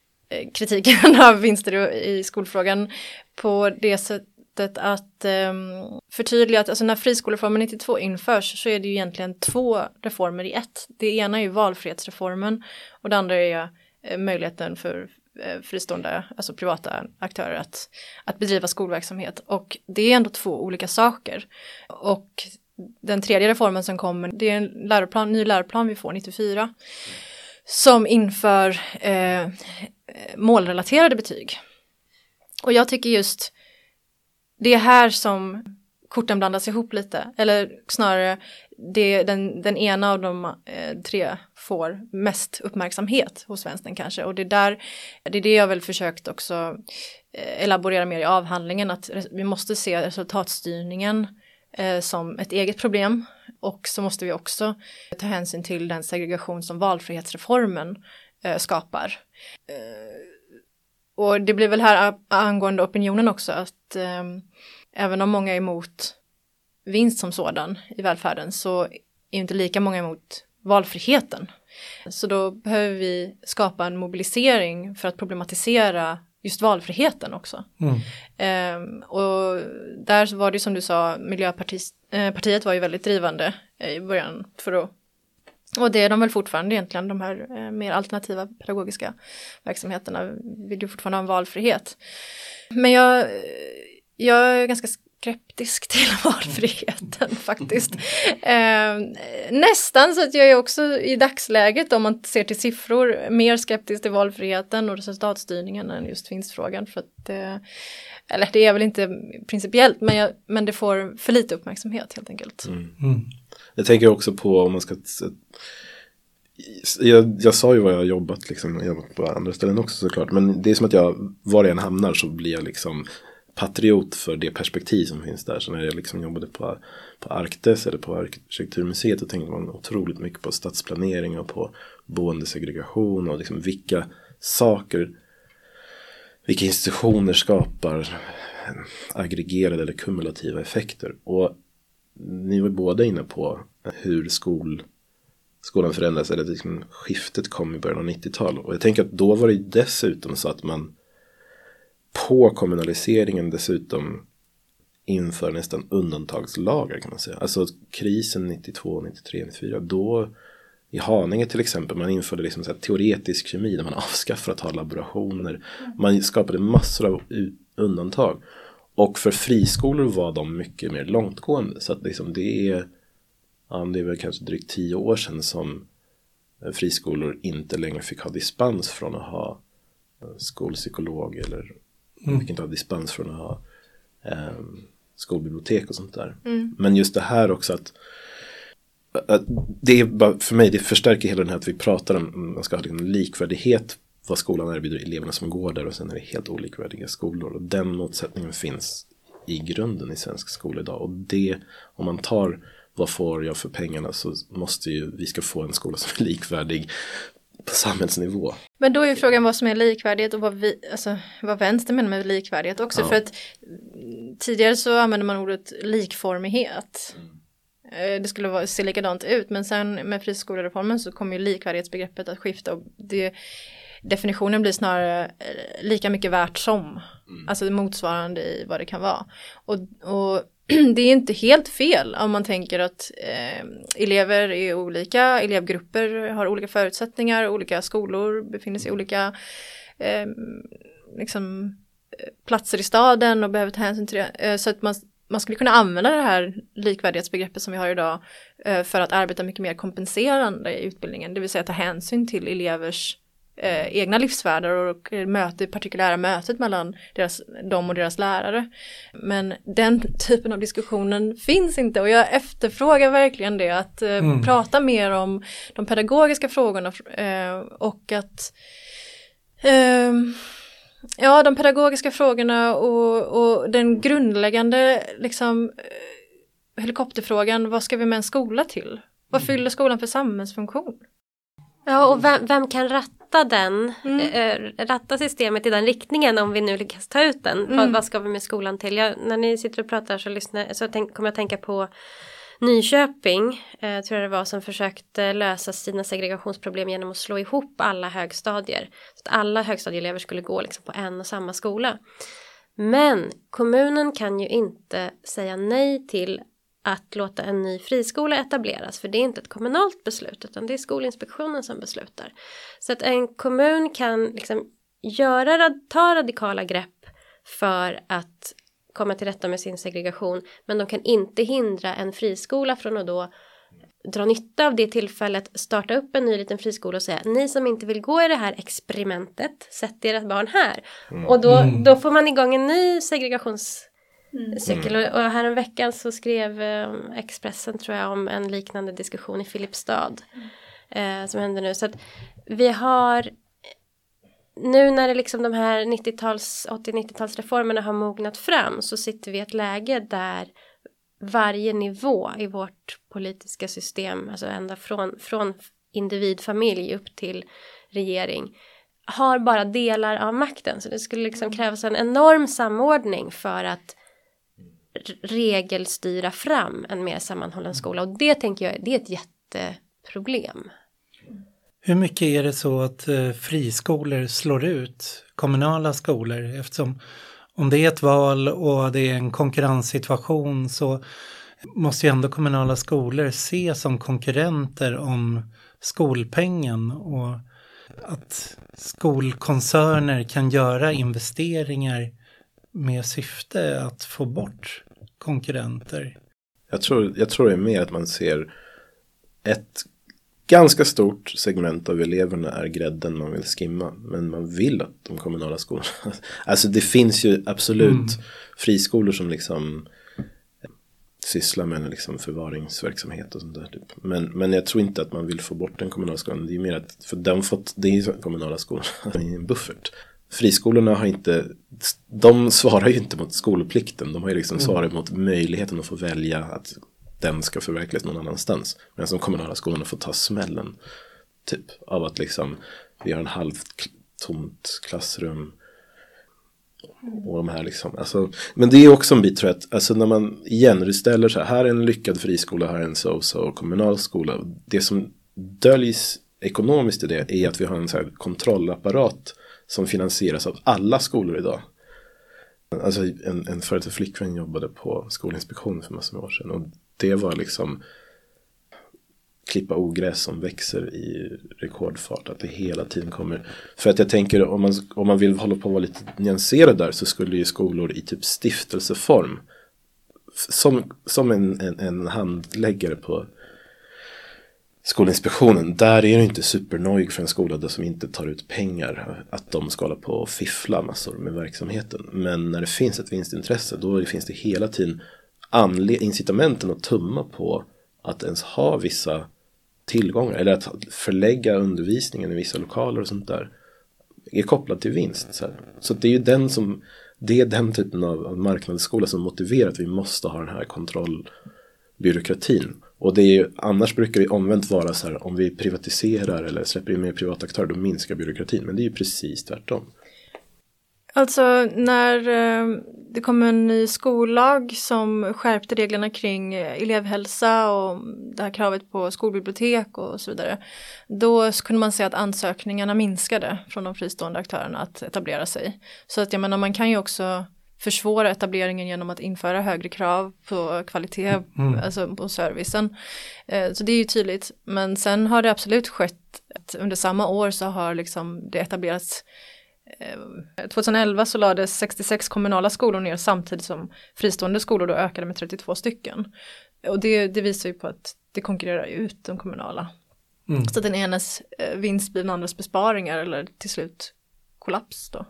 S4: av vinster i skolfrågan på det sättet att förtydliga att alltså när friskolereformen 92 införs så är det ju egentligen 2 reformer i ett. Det ena är ju valfrihetsreformen och det andra är möjligheten för fristående, alltså privata aktörer att bedriva skolverksamhet. Och det är ändå 2 olika saker. Och den tredje reformen som kommer, det är en ny läroplan vi får 94 som inför målrelaterade betyg. Och jag tycker just det är här som korten blandas ihop lite. Eller snarare den ena av de 3 får mest uppmärksamhet hos vänstern kanske. Och det är det jag väl försökt också elaborera mer i avhandlingen. Att vi måste se resultatstyrningen som ett eget problem. Och så måste vi också ta hänsyn till den segregation som valfrihetsreformen skapar. Och det blir väl här angående opinionen också att även om många är emot vinst som sådan i välfärden så är inte lika många emot valfriheten. Så då behöver vi skapa en mobilisering för att problematisera just valfriheten också. Och där så var det som du sa, Miljöpartiet var ju väldigt drivande i början och det är de väl fortfarande egentligen, de här mer alternativa pedagogiska verksamheterna vill ju fortfarande ha en valfrihet. Men jag är ganska skeptisk till valfriheten faktiskt. Nästan så att jag är också i dagsläget, om man ser till siffror, mer skeptisk till valfriheten och resultatstyrningen än just vinstfrågan. För att, eller det är väl inte principiellt, men det får för lite uppmärksamhet helt enkelt.
S3: Jag tänker också på om man ska... Jag sa ju vad jag har jobbat, liksom, jag har jobbat på andra ställen också såklart. Men det är som att var jag än hamnar så blir jag liksom patriot för det perspektiv som finns där. Så när jag liksom jobbade på Arktes eller på Arkitekturmuseet, då tänkte man otroligt mycket på stadsplanering och på boendesegregation och liksom vilka institutioner skapar aggregerade eller kumulativa effekter. Och ni var båda inne på hur skolan förändras, eller liksom skiftet kom i början av 90-talet. Och jag tänker att då var det dessutom så att man på kommunaliseringen dessutom inför nästan undantagslagar, kan man säga. Alltså krisen 92, 93, 94, då i Haninge till exempel, man införde liksom så här teoretisk kemi där man avskaffade att ha laborationer. Man skapade massor av undantag. Och för friskolor var de mycket mer långtgående. Så att liksom det är väl kanske drygt 10 år sedan som friskolor inte längre fick ha dispens från att ha skolpsykolog eller fick inte ha dispens från att ha skolbibliotek och sånt där. Men just det här också att det är bara, för mig, det förstärker hela den här att vi pratar om man ska ha en likvärdighet vad skolan erbjuder eleverna som går där, och sen är det helt olikvärdiga skolor, och den motsättningen finns i grunden i svensk skola idag. Och det, om man tar vad får jag för pengarna, så måste ju vi ska få en skola som är likvärdig på samhällsnivå. Men då är ju frågan vad som är likvärdighet och vad vänster menar med likvärdighet också. För att tidigare så använde man ordet likformighet. Det skulle se likadant ut, men sen med friskolereformen så kommer ju likvärdighetsbegreppet att skifta, och definitionen blir snarare lika mycket värt som. Alltså motsvarande i vad det kan vara. Och det är inte helt fel om man tänker att elever är olika, elevgrupper har olika förutsättningar, olika skolor befinner sig i olika platser i staden och behöver ta hänsyn till det. Så att man skulle kunna använda det här likvärdighetsbegreppet som vi har idag för att arbeta mycket mer kompenserande i utbildningen. Det vill säga ta hänsyn till elevers egna livsvärldar och partikulära mötet mellan dem och deras lärare. Men den typen av diskussionen finns inte, och jag efterfrågar verkligen det, att prata mer om de pedagogiska frågorna och att de pedagogiska frågorna och den grundläggande liksom helikopterfrågan, vad ska vi med en skola till? Vad fyller skolan för samhällsfunktion?
S2: Ja, och vem kan ratta systemet i den riktningen om vi nu lyckas ta ut den? Vad ska vi med skolan till? När ni sitter och pratar så kommer jag att tänka på Nyköping, tror jag det var, som försökte lösa sina segregationsproblem genom att slå ihop alla högstadier. Så att alla högstadieelever skulle gå liksom på en och samma skola. Men kommunen kan ju inte säga nej till att låta en ny friskola etableras, för det är inte ett kommunalt beslut utan det är Skolinspektionen som beslutar. Så att en kommun kan liksom ta radikala grepp för att komma till rätta med sin segregation, men de kan inte hindra en friskola från att då dra nytta av det tillfället, starta upp en ny liten friskola och säga, ni som inte vill gå i det här experimentet, sätt era barn här. Och då får man igång en ny segregationscykel. Och här en veckan så skrev Expressen, tror jag, om en liknande diskussion i Filipstad som händer nu. Så att vi har nu när det liksom de här 80-90-talsreformerna har mognat fram, så sitter vi i ett läge där varje nivå i vårt politiska system, alltså ända från individ, familj upp till regering har bara delar av makten. Så det skulle liksom krävas en enorm samordning för att regelstyra fram en mer sammanhållen skola. Och det tänker jag, det är ett jätteproblem.
S1: Hur mycket är det så att friskolor slår ut kommunala skolor? Eftersom om det är ett val och det är en konkurrenssituation så måste ju ändå kommunala skolor ses som konkurrenter om skolpengen, och att skolkoncerner kan göra investeringar med syfte att få bort konkurrenter.
S3: Jag tror det är mer att man ser ett ganska stort segment av eleverna är grädden man vill skimma, men man vill att de kommunala skolorna, alltså det finns ju absolut friskolor som liksom sysslar med liksom förvaringsverksamhet och sånt där typ. Men jag tror inte att man vill få bort den kommunala skolan. Det är mer att för det är ju kommunala skolor i en buffert. Friskolorna har inte, de svarar ju inte mot skolplikten. De har ju liksom svarat mot möjligheten att få välja att den ska förverkligas någon annanstans. Medan de kommunala skolorna får ta smällen typ av att liksom vi har en halvtomt klassrum och de här liksom, alltså, men det är också en bit tror jag att, alltså när man igen du ställer så här är en lyckad friskola, här är en så kommunal skola, det som döljs ekonomiskt i det är att vi har en så här kontrollapparat som finansieras av alla skolor idag. Alltså en före detta flickvän jobbade på Skolinspektionen för massor med år sedan, och det var liksom klippa ogräs som växer i rekordfart, att det hela tiden kommer, för att jag tänker om man vill hålla på att vara lite nyanserad där, så skulle ju skolor i typ stiftelseform som en handläggare på Skolinspektionen, där är det inte supernojig för en skola där som inte tar ut pengar att de ska hålla på och fiffla massor med verksamheten. Men när det finns ett vinstintresse, då finns det hela tiden incitamenten att tumma på att ens ha vissa tillgångar eller att förlägga undervisningen i vissa lokaler och sånt där är kopplat till vinst. Så det är ju den typen av marknadsskola som motiverar att vi måste ha den här kontrollbyråkratin. Och det är ju, annars brukar det omvänt vara så här, om vi privatiserar eller släpper in mer privata aktörer, då minskar byråkratin. Men det är ju precis tvärtom.
S4: Alltså när det kom en ny skollag som skärpte reglerna kring elevhälsa och det här kravet på skolbibliotek och så vidare, då kunde man se att ansökningarna minskade från de fristående aktörerna att etablera sig. Så att jag menar, man kan ju också försvåra etableringen genom att införa högre krav på kvalitet, alltså på servicen. Så det är ju tydligt. Men sen har det absolut skett att under samma år så har liksom det etablerats 2011 så lades 66 kommunala skolor ner samtidigt som fristående skolor då ökade med 32 stycken. Och det visar ju på att det konkurrerar ut de kommunala. Så att den enes vinst blir den andras besparingar eller till slut kollaps då.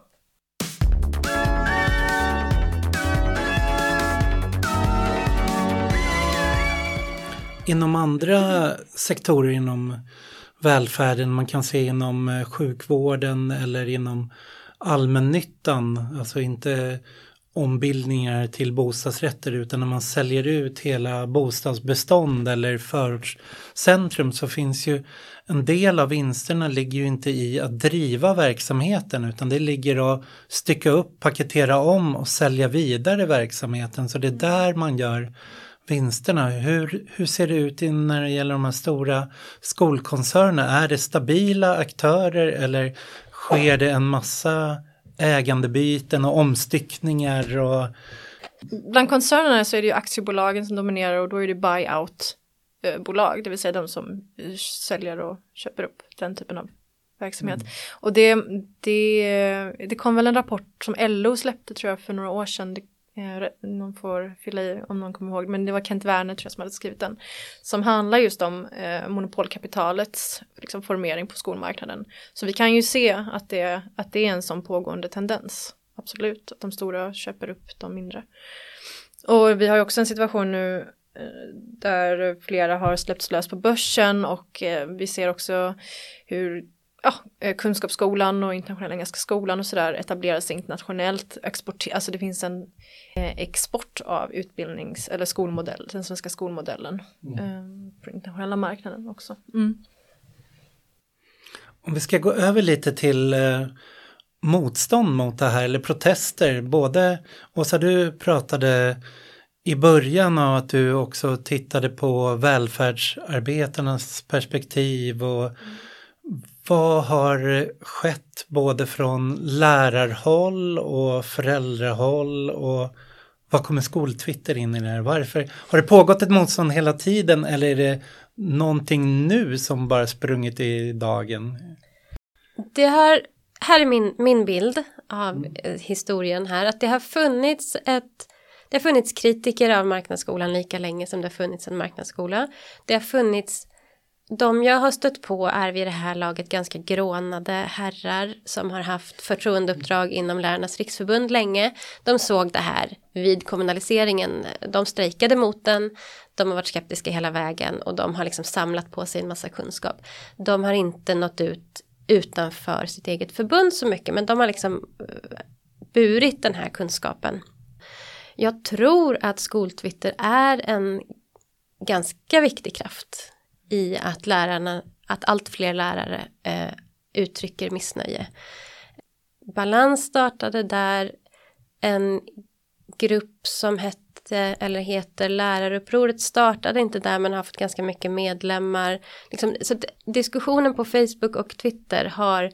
S1: Inom andra sektorer inom välfärden, man kan se inom sjukvården eller inom allmännyttan, alltså inte ombildningar till bostadsrätter utan när man säljer ut hela bostadsbestånd eller förortscentrum, så finns ju en del av vinsterna ligger ju inte i att driva verksamheten, utan det ligger att stycka upp, paketera om och sälja vidare verksamheten. Så det är där man gör vinsterna. Hur ser det ut när det gäller de här stora skolkoncernerna? Är det stabila aktörer eller sker det en massa ägandebyten och omstyckningar? Och...
S4: Bland koncernerna så är det ju aktiebolagen som dominerar, och då är det buyout-bolag, det vill säga de som säljer och köper upp den typen av verksamhet. Och det kom väl en rapport som LO släppte tror jag för några år sedan. Någon får fylla i om någon kommer ihåg, men det var Kent Werner tror jag som hade skrivit den, som handlar just om monopolkapitalets liksom, formering på skolmarknaden. Så vi kan ju se att det är en sån pågående tendens, absolut, att de stora köper upp de mindre. Och vi har ju också en situation nu där flera har släppts lös på börsen, och vi ser också hur Kunskapsskolan och Internationella Engelska skolan och sådär etablerar sig internationellt. Alltså det finns en export av eller skolmodell, den svenska skolmodellen på internationella marknaden också.
S1: Om vi ska gå över lite till motstånd mot det här eller protester. Både, Åsa, du pratade i början av att du också tittade på välfärdsarbetarnas perspektiv och vad har skett både från lärarhåll och föräldrahåll och vad kommer skoltwitter in i det här? Varför? Har det pågått ett motstånd hela tiden eller är det någonting nu som bara sprungit i dagen?
S2: Här är min bild av historien här. Att det har funnits kritiker av marknadsskolan lika länge som det har funnits en marknadsskola. Det har funnits, de jag har stött på är vid det här laget ganska grånade herrar som har haft förtroendeuppdrag inom Lärarnas riksförbund länge. De såg det här vid kommunaliseringen. De strejkade mot den. De har varit skeptiska hela vägen och de har liksom samlat på sig en massa kunskap. De har inte nått ut utanför sitt eget förbund så mycket, men de har liksom burit den här kunskapen. Jag tror att skoltwitter är en ganska viktig kraft i att allt fler lärare uttrycker missnöje. Balans startade där, en grupp som heter Lärarupproret startade inte där, men har haft ganska mycket medlemmar. Liksom, så diskussionen på Facebook och Twitter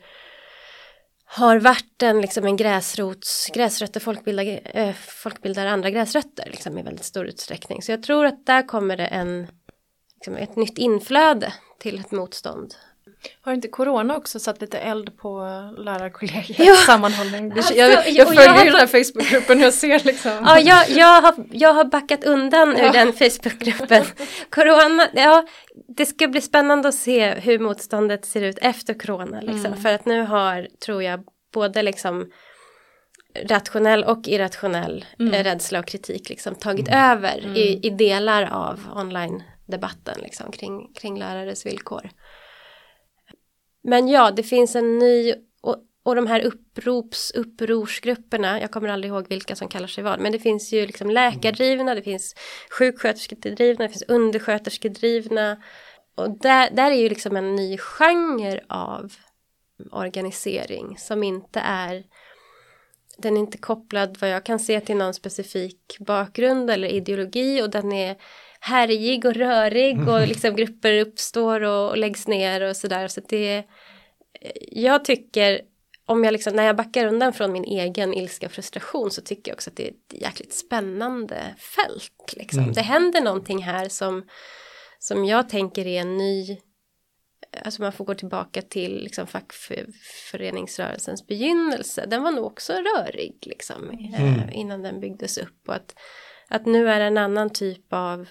S2: har varit en gräsrötter folkbildar andra gräsrötter liksom, i väldigt stor utsträckning. Så jag tror att där kommer det ett nytt inflöde till ett motstånd.
S4: Har inte corona också satt lite eld på lärarkollegiets sammanhållning? Jag följer ju den här Facebookgruppen och jag ser liksom...
S2: Ja, jag har backat undan ur den Facebookgruppen. Corona, det ska bli spännande att se hur motståndet ser ut efter corona. Liksom. För att nu har, tror jag, både liksom rationell och irrationell rädsla och kritik liksom tagit över i delar av online-debatten liksom, kring lärares villkor. Men ja, det finns en ny, och de här upprorsgrupperna, jag kommer aldrig ihåg vilka som kallar sig vad, men det finns ju liksom läkardrivna, det finns sjuksköterskedrivna, det finns undersköterskedrivna, och där är ju liksom en ny genre av organisering som den är inte kopplad vad jag kan se till någon specifik bakgrund eller ideologi, och den är härjig och rörig och liksom grupper uppstår och läggs ner och sådär. Så jag tycker, när jag backar undan från min egen ilska och frustration, så tycker jag också att det är ett jäkligt spännande fält. Liksom. Det händer någonting här som jag tänker är en ny, alltså man får gå tillbaka till liksom fackföreningsrörelsens begynnelse. Den var nog också rörig liksom, innan den byggdes upp, och att nu är det en annan typ av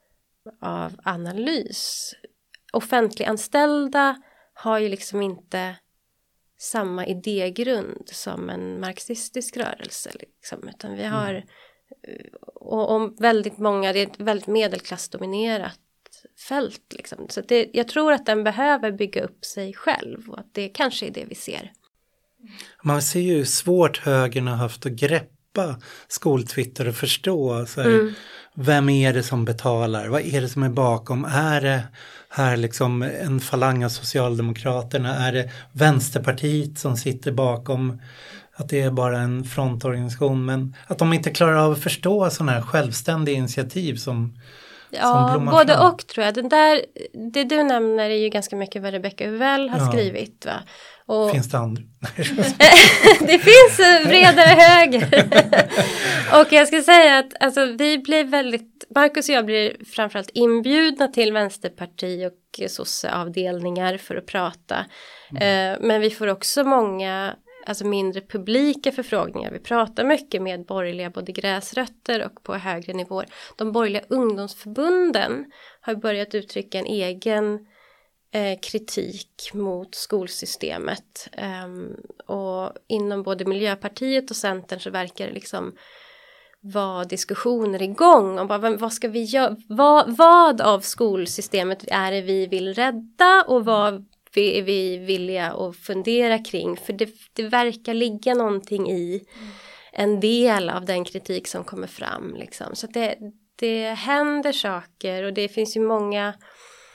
S2: analys. Offentliganställda har ju liksom inte samma idégrund som en marxistisk rörelse liksom, utan vi har och väldigt många, det är ett väldigt medelklassdominerat fält liksom. Så jag tror att den behöver bygga upp sig själv, och att det kanske är det vi ser.
S1: Man ser ju svårt högern har haft att greppa skoltwitter och förstå så här, vem är det som betalar? Vad är det som är bakom? Är det här liksom en falang av Socialdemokraterna? Är det Vänsterpartiet som sitter bakom? Att det är bara en frontorganisation, men att de inte klarar av att förstå sådana här självständiga initiativ som
S2: både
S1: fram.
S2: Och tror jag. Det du nämner är ju ganska mycket vad Rebecca Uvell har skrivit, va? Och
S1: finns det andra?
S2: det finns bredare höger. Och jag ska säga att alltså, vi blir Marcus och jag blir framförallt inbjudna till Vänsterparti och sosseavdelningar för att prata. Men vi får också många mindre publika förfrågningar. Vi pratar mycket med borgerliga både gräsrötter och på högre nivåer. De borgerliga ungdomsförbunden har börjat uttrycka en egen kritik mot skolsystemet. Och inom både Miljöpartiet och Centern så verkar det liksom vara diskussioner igång om vad ska vi göra, vad av skolsystemet är det vi vill rädda och vad är vi villiga att fundera kring, för det verkar ligga någonting i en del av den kritik som kommer fram liksom. Så det händer saker, och det finns ju många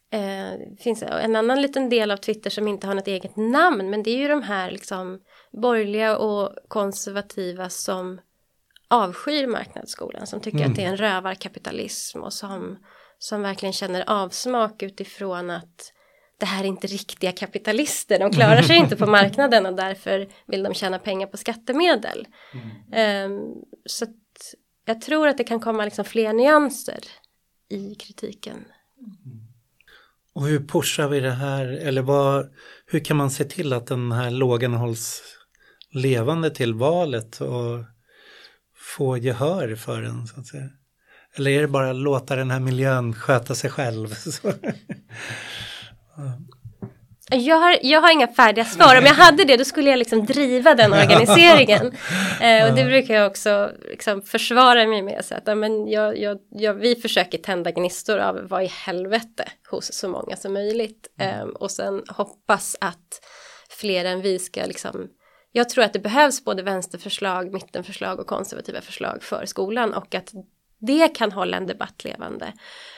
S2: Det finns en annan liten del av Twitter som inte har något eget namn, men det är ju de här liksom borgerliga och konservativa som avskyr marknadsskolan, som tycker att det är en rövarkapitalism och som verkligen känner avsmak utifrån att det här är inte riktiga kapitalister, de klarar sig inte på marknaden och därför vill de tjäna pengar på skattemedel. Så att jag tror att det kan komma liksom fler nyanser i kritiken.
S1: Och hur pushar vi det här, eller hur kan man se till att den här lågan hålls levande till valet och få gehör för den, så att säga? Eller är det bara att låta den här miljön sköta sig själv?
S2: Jag har inga färdiga svar. Om jag hade det, då skulle jag liksom driva den organiseringen. Och det brukar jag också liksom försvara mig med. Så att, men vi försöker tända gnistor av vad i helvete hos så många som möjligt. Och sen hoppas att fler än vi ska liksom... Jag tror att det behövs både vänsterförslag, mittenförslag och konservativa förslag för skolan. Och att det kan hålla en debatt levande.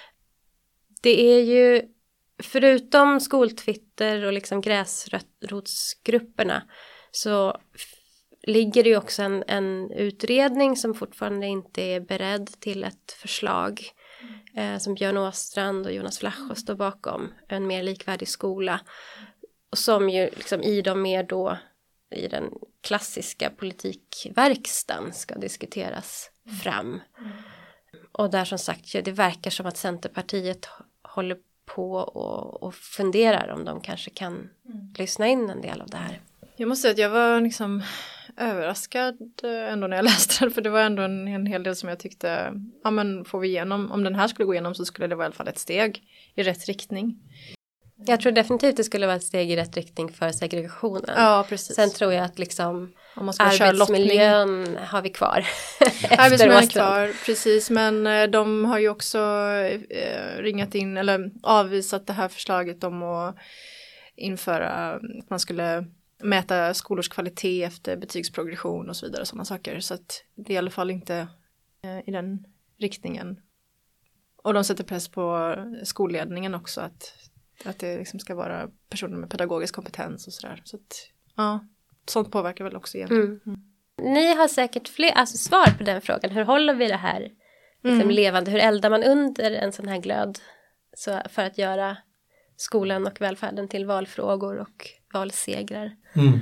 S2: Det är ju... Förutom skoltwitter och liksom gräsrotsgrupperna så ligger det ju också en utredning som fortfarande inte är beredd till ett förslag som Björn Åstrand och Jonas Flachå står bakom, en mer likvärdig skola, och som ju liksom i de mer då i den klassiska politikverkstan ska diskuteras fram. Och där som sagt, det verkar som att Centerpartiet håller på och funderar om de kanske kan lyssna in en del av det här.
S4: Jag måste säga att jag var liksom överraskad ändå när jag läste det, för det var ändå en hel del som jag tyckte, ja men får vi igenom, om den här skulle gå igenom så skulle det vara i alla fall ett steg i rätt riktning.
S2: Jag tror definitivt det skulle vara ett steg i rätt riktning för segregationen.
S4: Ja, precis.
S2: Sen tror jag att liksom
S4: om man ska
S2: arbetsmiljön har vi kvar.
S4: Arbetsmiljön är kvar, precis. Men de har ju också ringat in eller avvisat det här förslaget om att införa att man skulle mäta skolors kvalitet efter betygsprogression och så vidare, sådana saker. Så att det är i alla fall inte i den riktningen. Och de sätter press på skolledningen också att det liksom ska vara personer med pedagogisk kompetens och sådär. Så att, ja, sånt påverkar väl också egentligen.
S2: Ni har säkert fler svar på den frågan. Hur håller vi det här liksom levande? Hur eldar man under en sån här glöd så för att göra skolan och välfärden till valfrågor och valsegrar?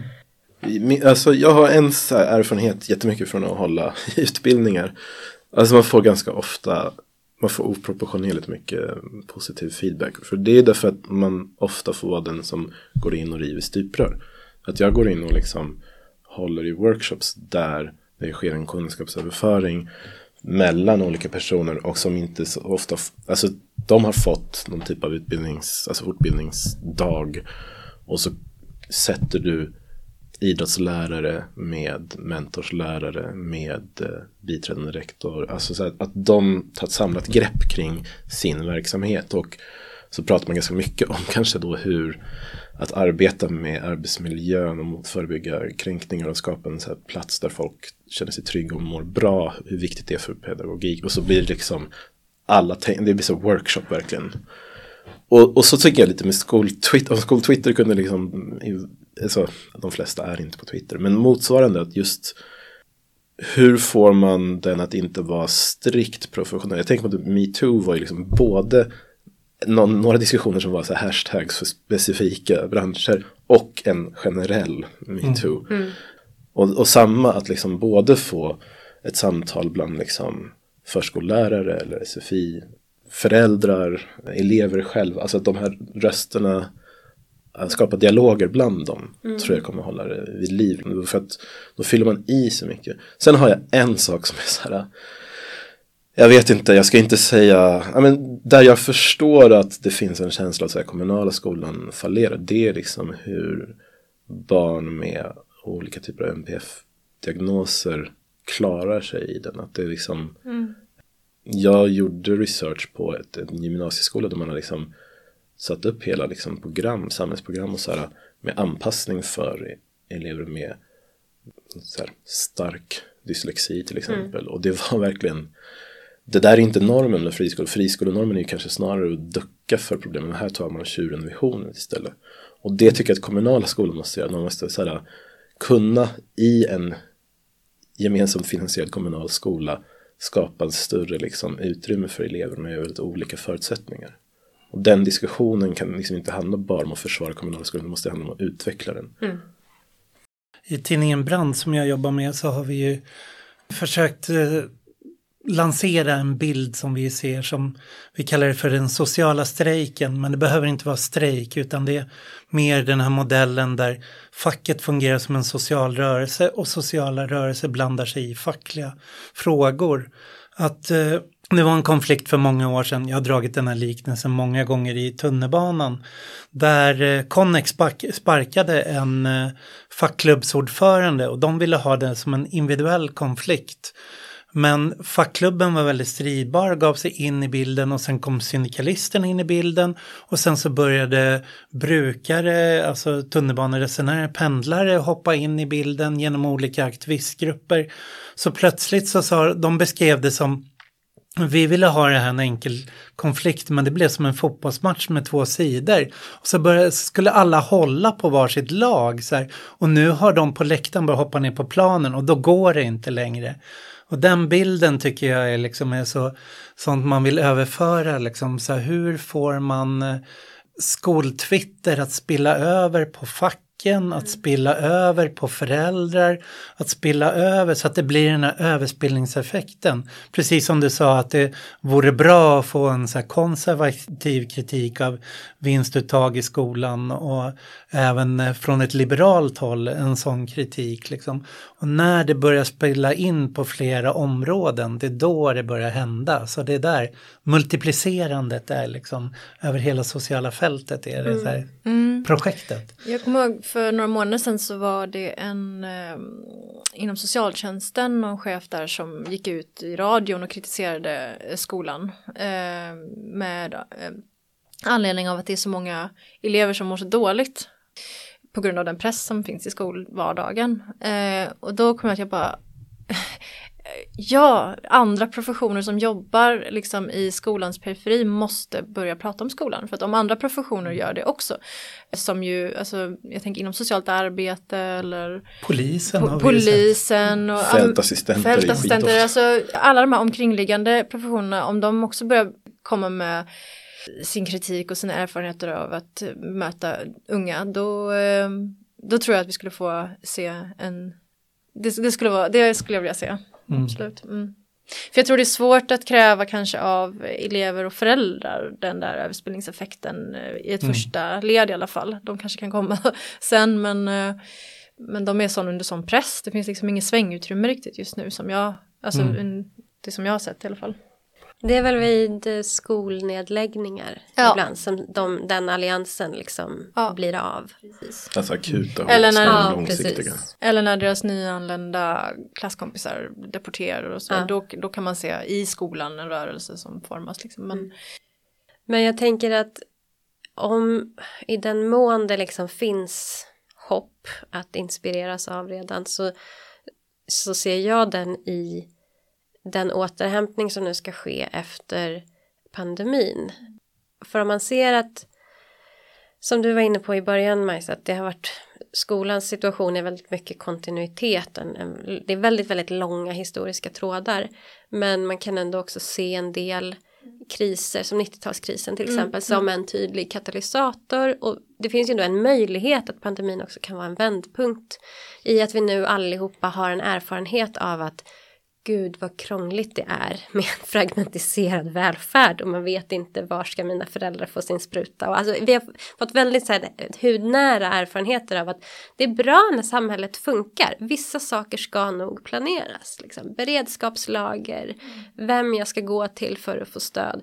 S3: Alltså jag har en erfarenhet jättemycket från att hålla i utbildningar. Alltså man får ganska ofta... Man får oproportionerligt mycket positiv feedback. För det är därför att man ofta får vara den som går in och river stuprör. Att jag går in och liksom håller i workshops där det sker en kunskapsöverföring mellan olika personer och som inte så ofta... Alltså de har fått någon typ av fortbildningsdag och så sätter du idrottslärare med mentorslärare med biträdande rektor, alltså så att de tar ett samlat grepp kring sin verksamhet, och så pratar man ganska mycket om kanske då hur att arbeta med arbetsmiljön och mot förebygga kränkningar och skapa en så här plats där folk känner sig trygga och mår bra, hur viktigt det är för pedagogik, och så blir det liksom det blir så workshop verkligen. Och så tycker jag lite med skoltwitter, om skoltwitter kunde liksom, alltså, de flesta är inte på Twitter, men motsvarande att just hur får man den att inte vara strikt professionell. Jag tänker på att MeToo var ju liksom både några diskussioner som var så här hashtags för specifika branscher och en generell MeToo. Och samma att liksom både få ett samtal bland liksom förskollärare eller SFI, föräldrar, elever själva, alltså att de här rösterna skapa dialoger bland dem tror jag kommer hålla det vid liv, för att då fyller man i så mycket. Sen har jag en sak som är så här, jag vet inte, jag ska inte säga, men där jag förstår att det finns en känsla att så här, kommunala skolan fallerar, det är liksom hur barn med olika typer av NPF-diagnoser klarar sig i den, att det är liksom jag gjorde research på en gymnasieskola där man har liksom satt upp hela liksom samhällsprogram och så här, med anpassning för elever med så här, stark dyslexi till exempel. Och det var verkligen, det där är inte normen med friskolor. Friskolenormen är ju kanske snarare att ducka för problemen. Här tar man tjuren vid hornet istället. Och det tycker jag att kommunala skolor måste göra. Man måste så här, kunna i en gemensamt finansierad kommunal skola skapa en större liksom, utrymme för elever med väldigt olika förutsättningar. Och den diskussionen kan liksom inte handla bara om att försvara kommunala skolor, det måste handla om att utveckla den.
S2: Mm.
S1: I tidningen Brand som jag jobbar med så har vi ju försökt lansera en bild som vi ser som vi kallar det för den sociala strejken, men det behöver inte vara strejk utan det är mer den här modellen där facket fungerar som en social rörelse och sociala rörelser blandar sig i fackliga frågor. Att det var en konflikt för många år sedan, jag har dragit den här liknelsen många gånger i tunnelbanan, där Connex sparkade en fackklubbsordförande och de ville ha det som en individuell konflikt. Men fackklubben var väldigt stridbar, gav sig in i bilden och sen kom syndikalisterna in i bilden och sen så började brukare, alltså tunnelbaneresenärer, pendlare hoppa in i bilden genom olika aktivistgrupper. Så plötsligt så sa de, beskrev det som, vi ville ha det här en enkel konflikt men det blev som en fotbollsmatch med 2 sidor. Och så skulle alla hålla på varsitt lag så här, och nu har de på läktaren bara hoppa ner på planen och då går det inte längre. Och den bilden tycker jag är, liksom, är sånt man vill överföra. Liksom, så här, hur får man skoltwitter att spilla över på facken, att spilla över på föräldrar, att spilla över så att det blir den här överspillningseffekten. Precis som du sa att det vore bra att få en så här konservativ kritik av vinstuttag i skolan och även från ett liberalt håll en sån kritik. Liksom. Och när det börjar spela in på flera områden, det är då det börjar hända. Så det är där multiplicerandet är liksom över hela sociala fältet är det så här projektet.
S4: Jag kommer ihåg för några månader sedan så var det en inom socialtjänsten och en chef där som gick ut i radion och kritiserade skolan med anledning av att det är så många elever som mår så dåligt på grund av den press som finns i skolvardagen. Och då kom jag att jag bara ja, andra professioner som jobbar liksom i skolans periferi måste börja prata om skolan. För att om andra professioner gör det också, som ju, alltså, jag tänker inom socialt arbete eller polisen och fältassistenter, alltså alla de här omkringliggande professionerna, om de också börjar komma med sin kritik och sina erfarenheter av att möta unga, då tror jag att vi skulle få se det skulle jag vilja se. Absolut. För jag tror det är svårt att kräva kanske av elever och föräldrar den där överspillningseffekten i ett första led i alla fall. De kanske kan komma sen men de är under sån press. Det finns liksom ingen svängutrymme riktigt just nu som jag det som jag har sett i alla fall.
S2: Det är väl vid skolnedläggningar ibland som den alliansen liksom blir av. Precis.
S3: Alltså akuta och långsiktiga.
S4: Eller när deras nyanlända klasskompisar deporterar och så. Då kan man se i skolan en rörelse som formas. Liksom.
S2: Men jag tänker att om i den mån det liksom finns hopp att inspireras av redan så ser jag den i den återhämtning som nu ska ske efter pandemin. För om man ser att, som du var inne på i början Majs, att det har varit, skolans situation är väldigt mycket kontinuitet. Det är väldigt, väldigt långa historiska trådar. Men man kan ändå också se en del kriser, som 90-talskrisen till exempel, som en tydlig katalysator. Och det finns ju då en möjlighet att pandemin också kan vara en vändpunkt i att vi nu allihopa har en erfarenhet av att gud vad krångligt det är med en fragmentiserad välfärd och man vet inte var ska mina föräldrar få sin spruta. Och alltså, vi har fått väldigt så här, hudnära erfarenheter av att det är bra när samhället funkar. Vissa saker ska nog planeras. Liksom. Beredskapslager, vem jag ska gå till för att få stöd.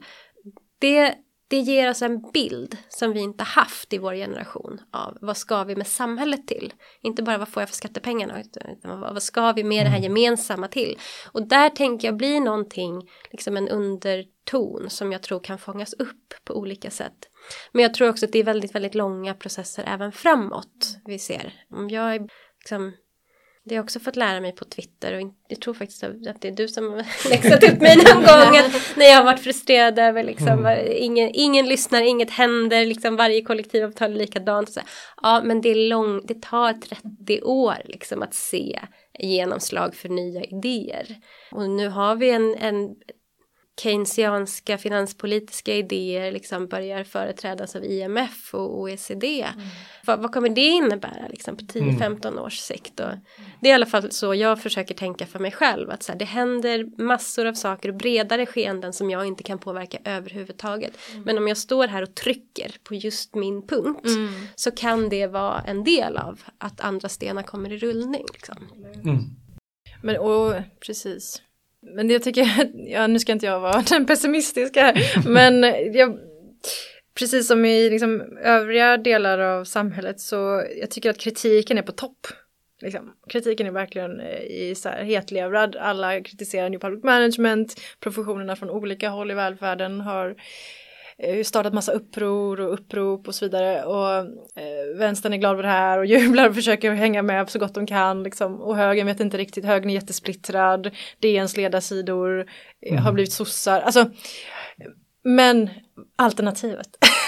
S2: Det ger oss en bild som vi inte haft i vår generation av vad ska vi med samhället till. Inte bara vad får jag för skattepengarna utan vad ska vi med det här gemensamma till. Och där tänker jag blir någonting, liksom en underton som jag tror kan fångas upp på olika sätt. Men jag tror också att det är väldigt, väldigt långa processer även framåt vi ser. Om jag är liksom Det har jag också fått lära mig på Twitter och jag tror faktiskt att det är du som har läxat upp mig någon gång när jag har varit frustrerad över liksom, ingen lyssnar, inget händer, liksom varje kollektivavtal är likadant. Så, ja, men det tar 30 år liksom att se genomslag för nya idéer. Och nu har vi en keynesianska finanspolitiska idéer liksom börjar företrädas av IMF och OECD. Vad kommer det innebära liksom, på 10-15 års sikt? Och det är i alla fall så jag försöker tänka för mig själv. Att så här, det händer massor av saker och bredare skeenden som jag inte kan påverka överhuvudtaget. Men om jag står här och trycker på just min punkt så kan det vara en del av att andra stenar kommer i rullning. Liksom.
S4: Men precis. Men jag tycker, nu ska inte jag vara den pessimistiska, men precis som i liksom övriga delar av samhället så jag tycker att kritiken är på topp. Liksom. Kritiken är verkligen i så här hetlevrad. Alla kritiserar New Public Management, professionerna från olika håll i välfärden har startat massa upprop och så vidare och vänstern är glad över det här och jublar och försöker hänga med så gott de kan liksom. Och högern vet inte riktigt, högern är jättesplittrad, DNs ledarsidor har blivit sossar, alltså, men alternativet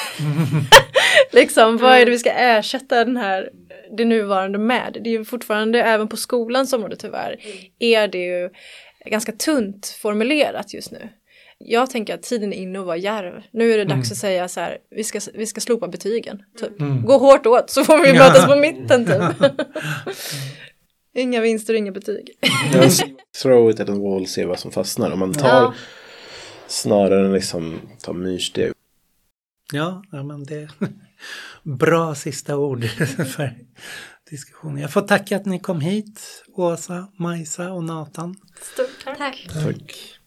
S4: liksom, vad är det vi ska ersätta det nuvarande med? Det är ju fortfarande, även på skolans område tyvärr, är det ju ganska tunt formulerat just nu. Jag tänker att tiden är inne att vara djärv. Nu är det dags att säga så här, vi ska slopa betygen. Typ. Gå hårt åt så får vi mötas på mitten. Typ. Inga vinster, inga betyg.
S3: Throw it at the wall, se vad som fastnar. Om man tar snarare än liksom tar myrsteg.
S1: Ja, men det är bra sista ord för diskussionen. Jag får tacka att ni kom hit, Åsa, Majsa och Nathan.
S4: Stort tack.
S3: Tack.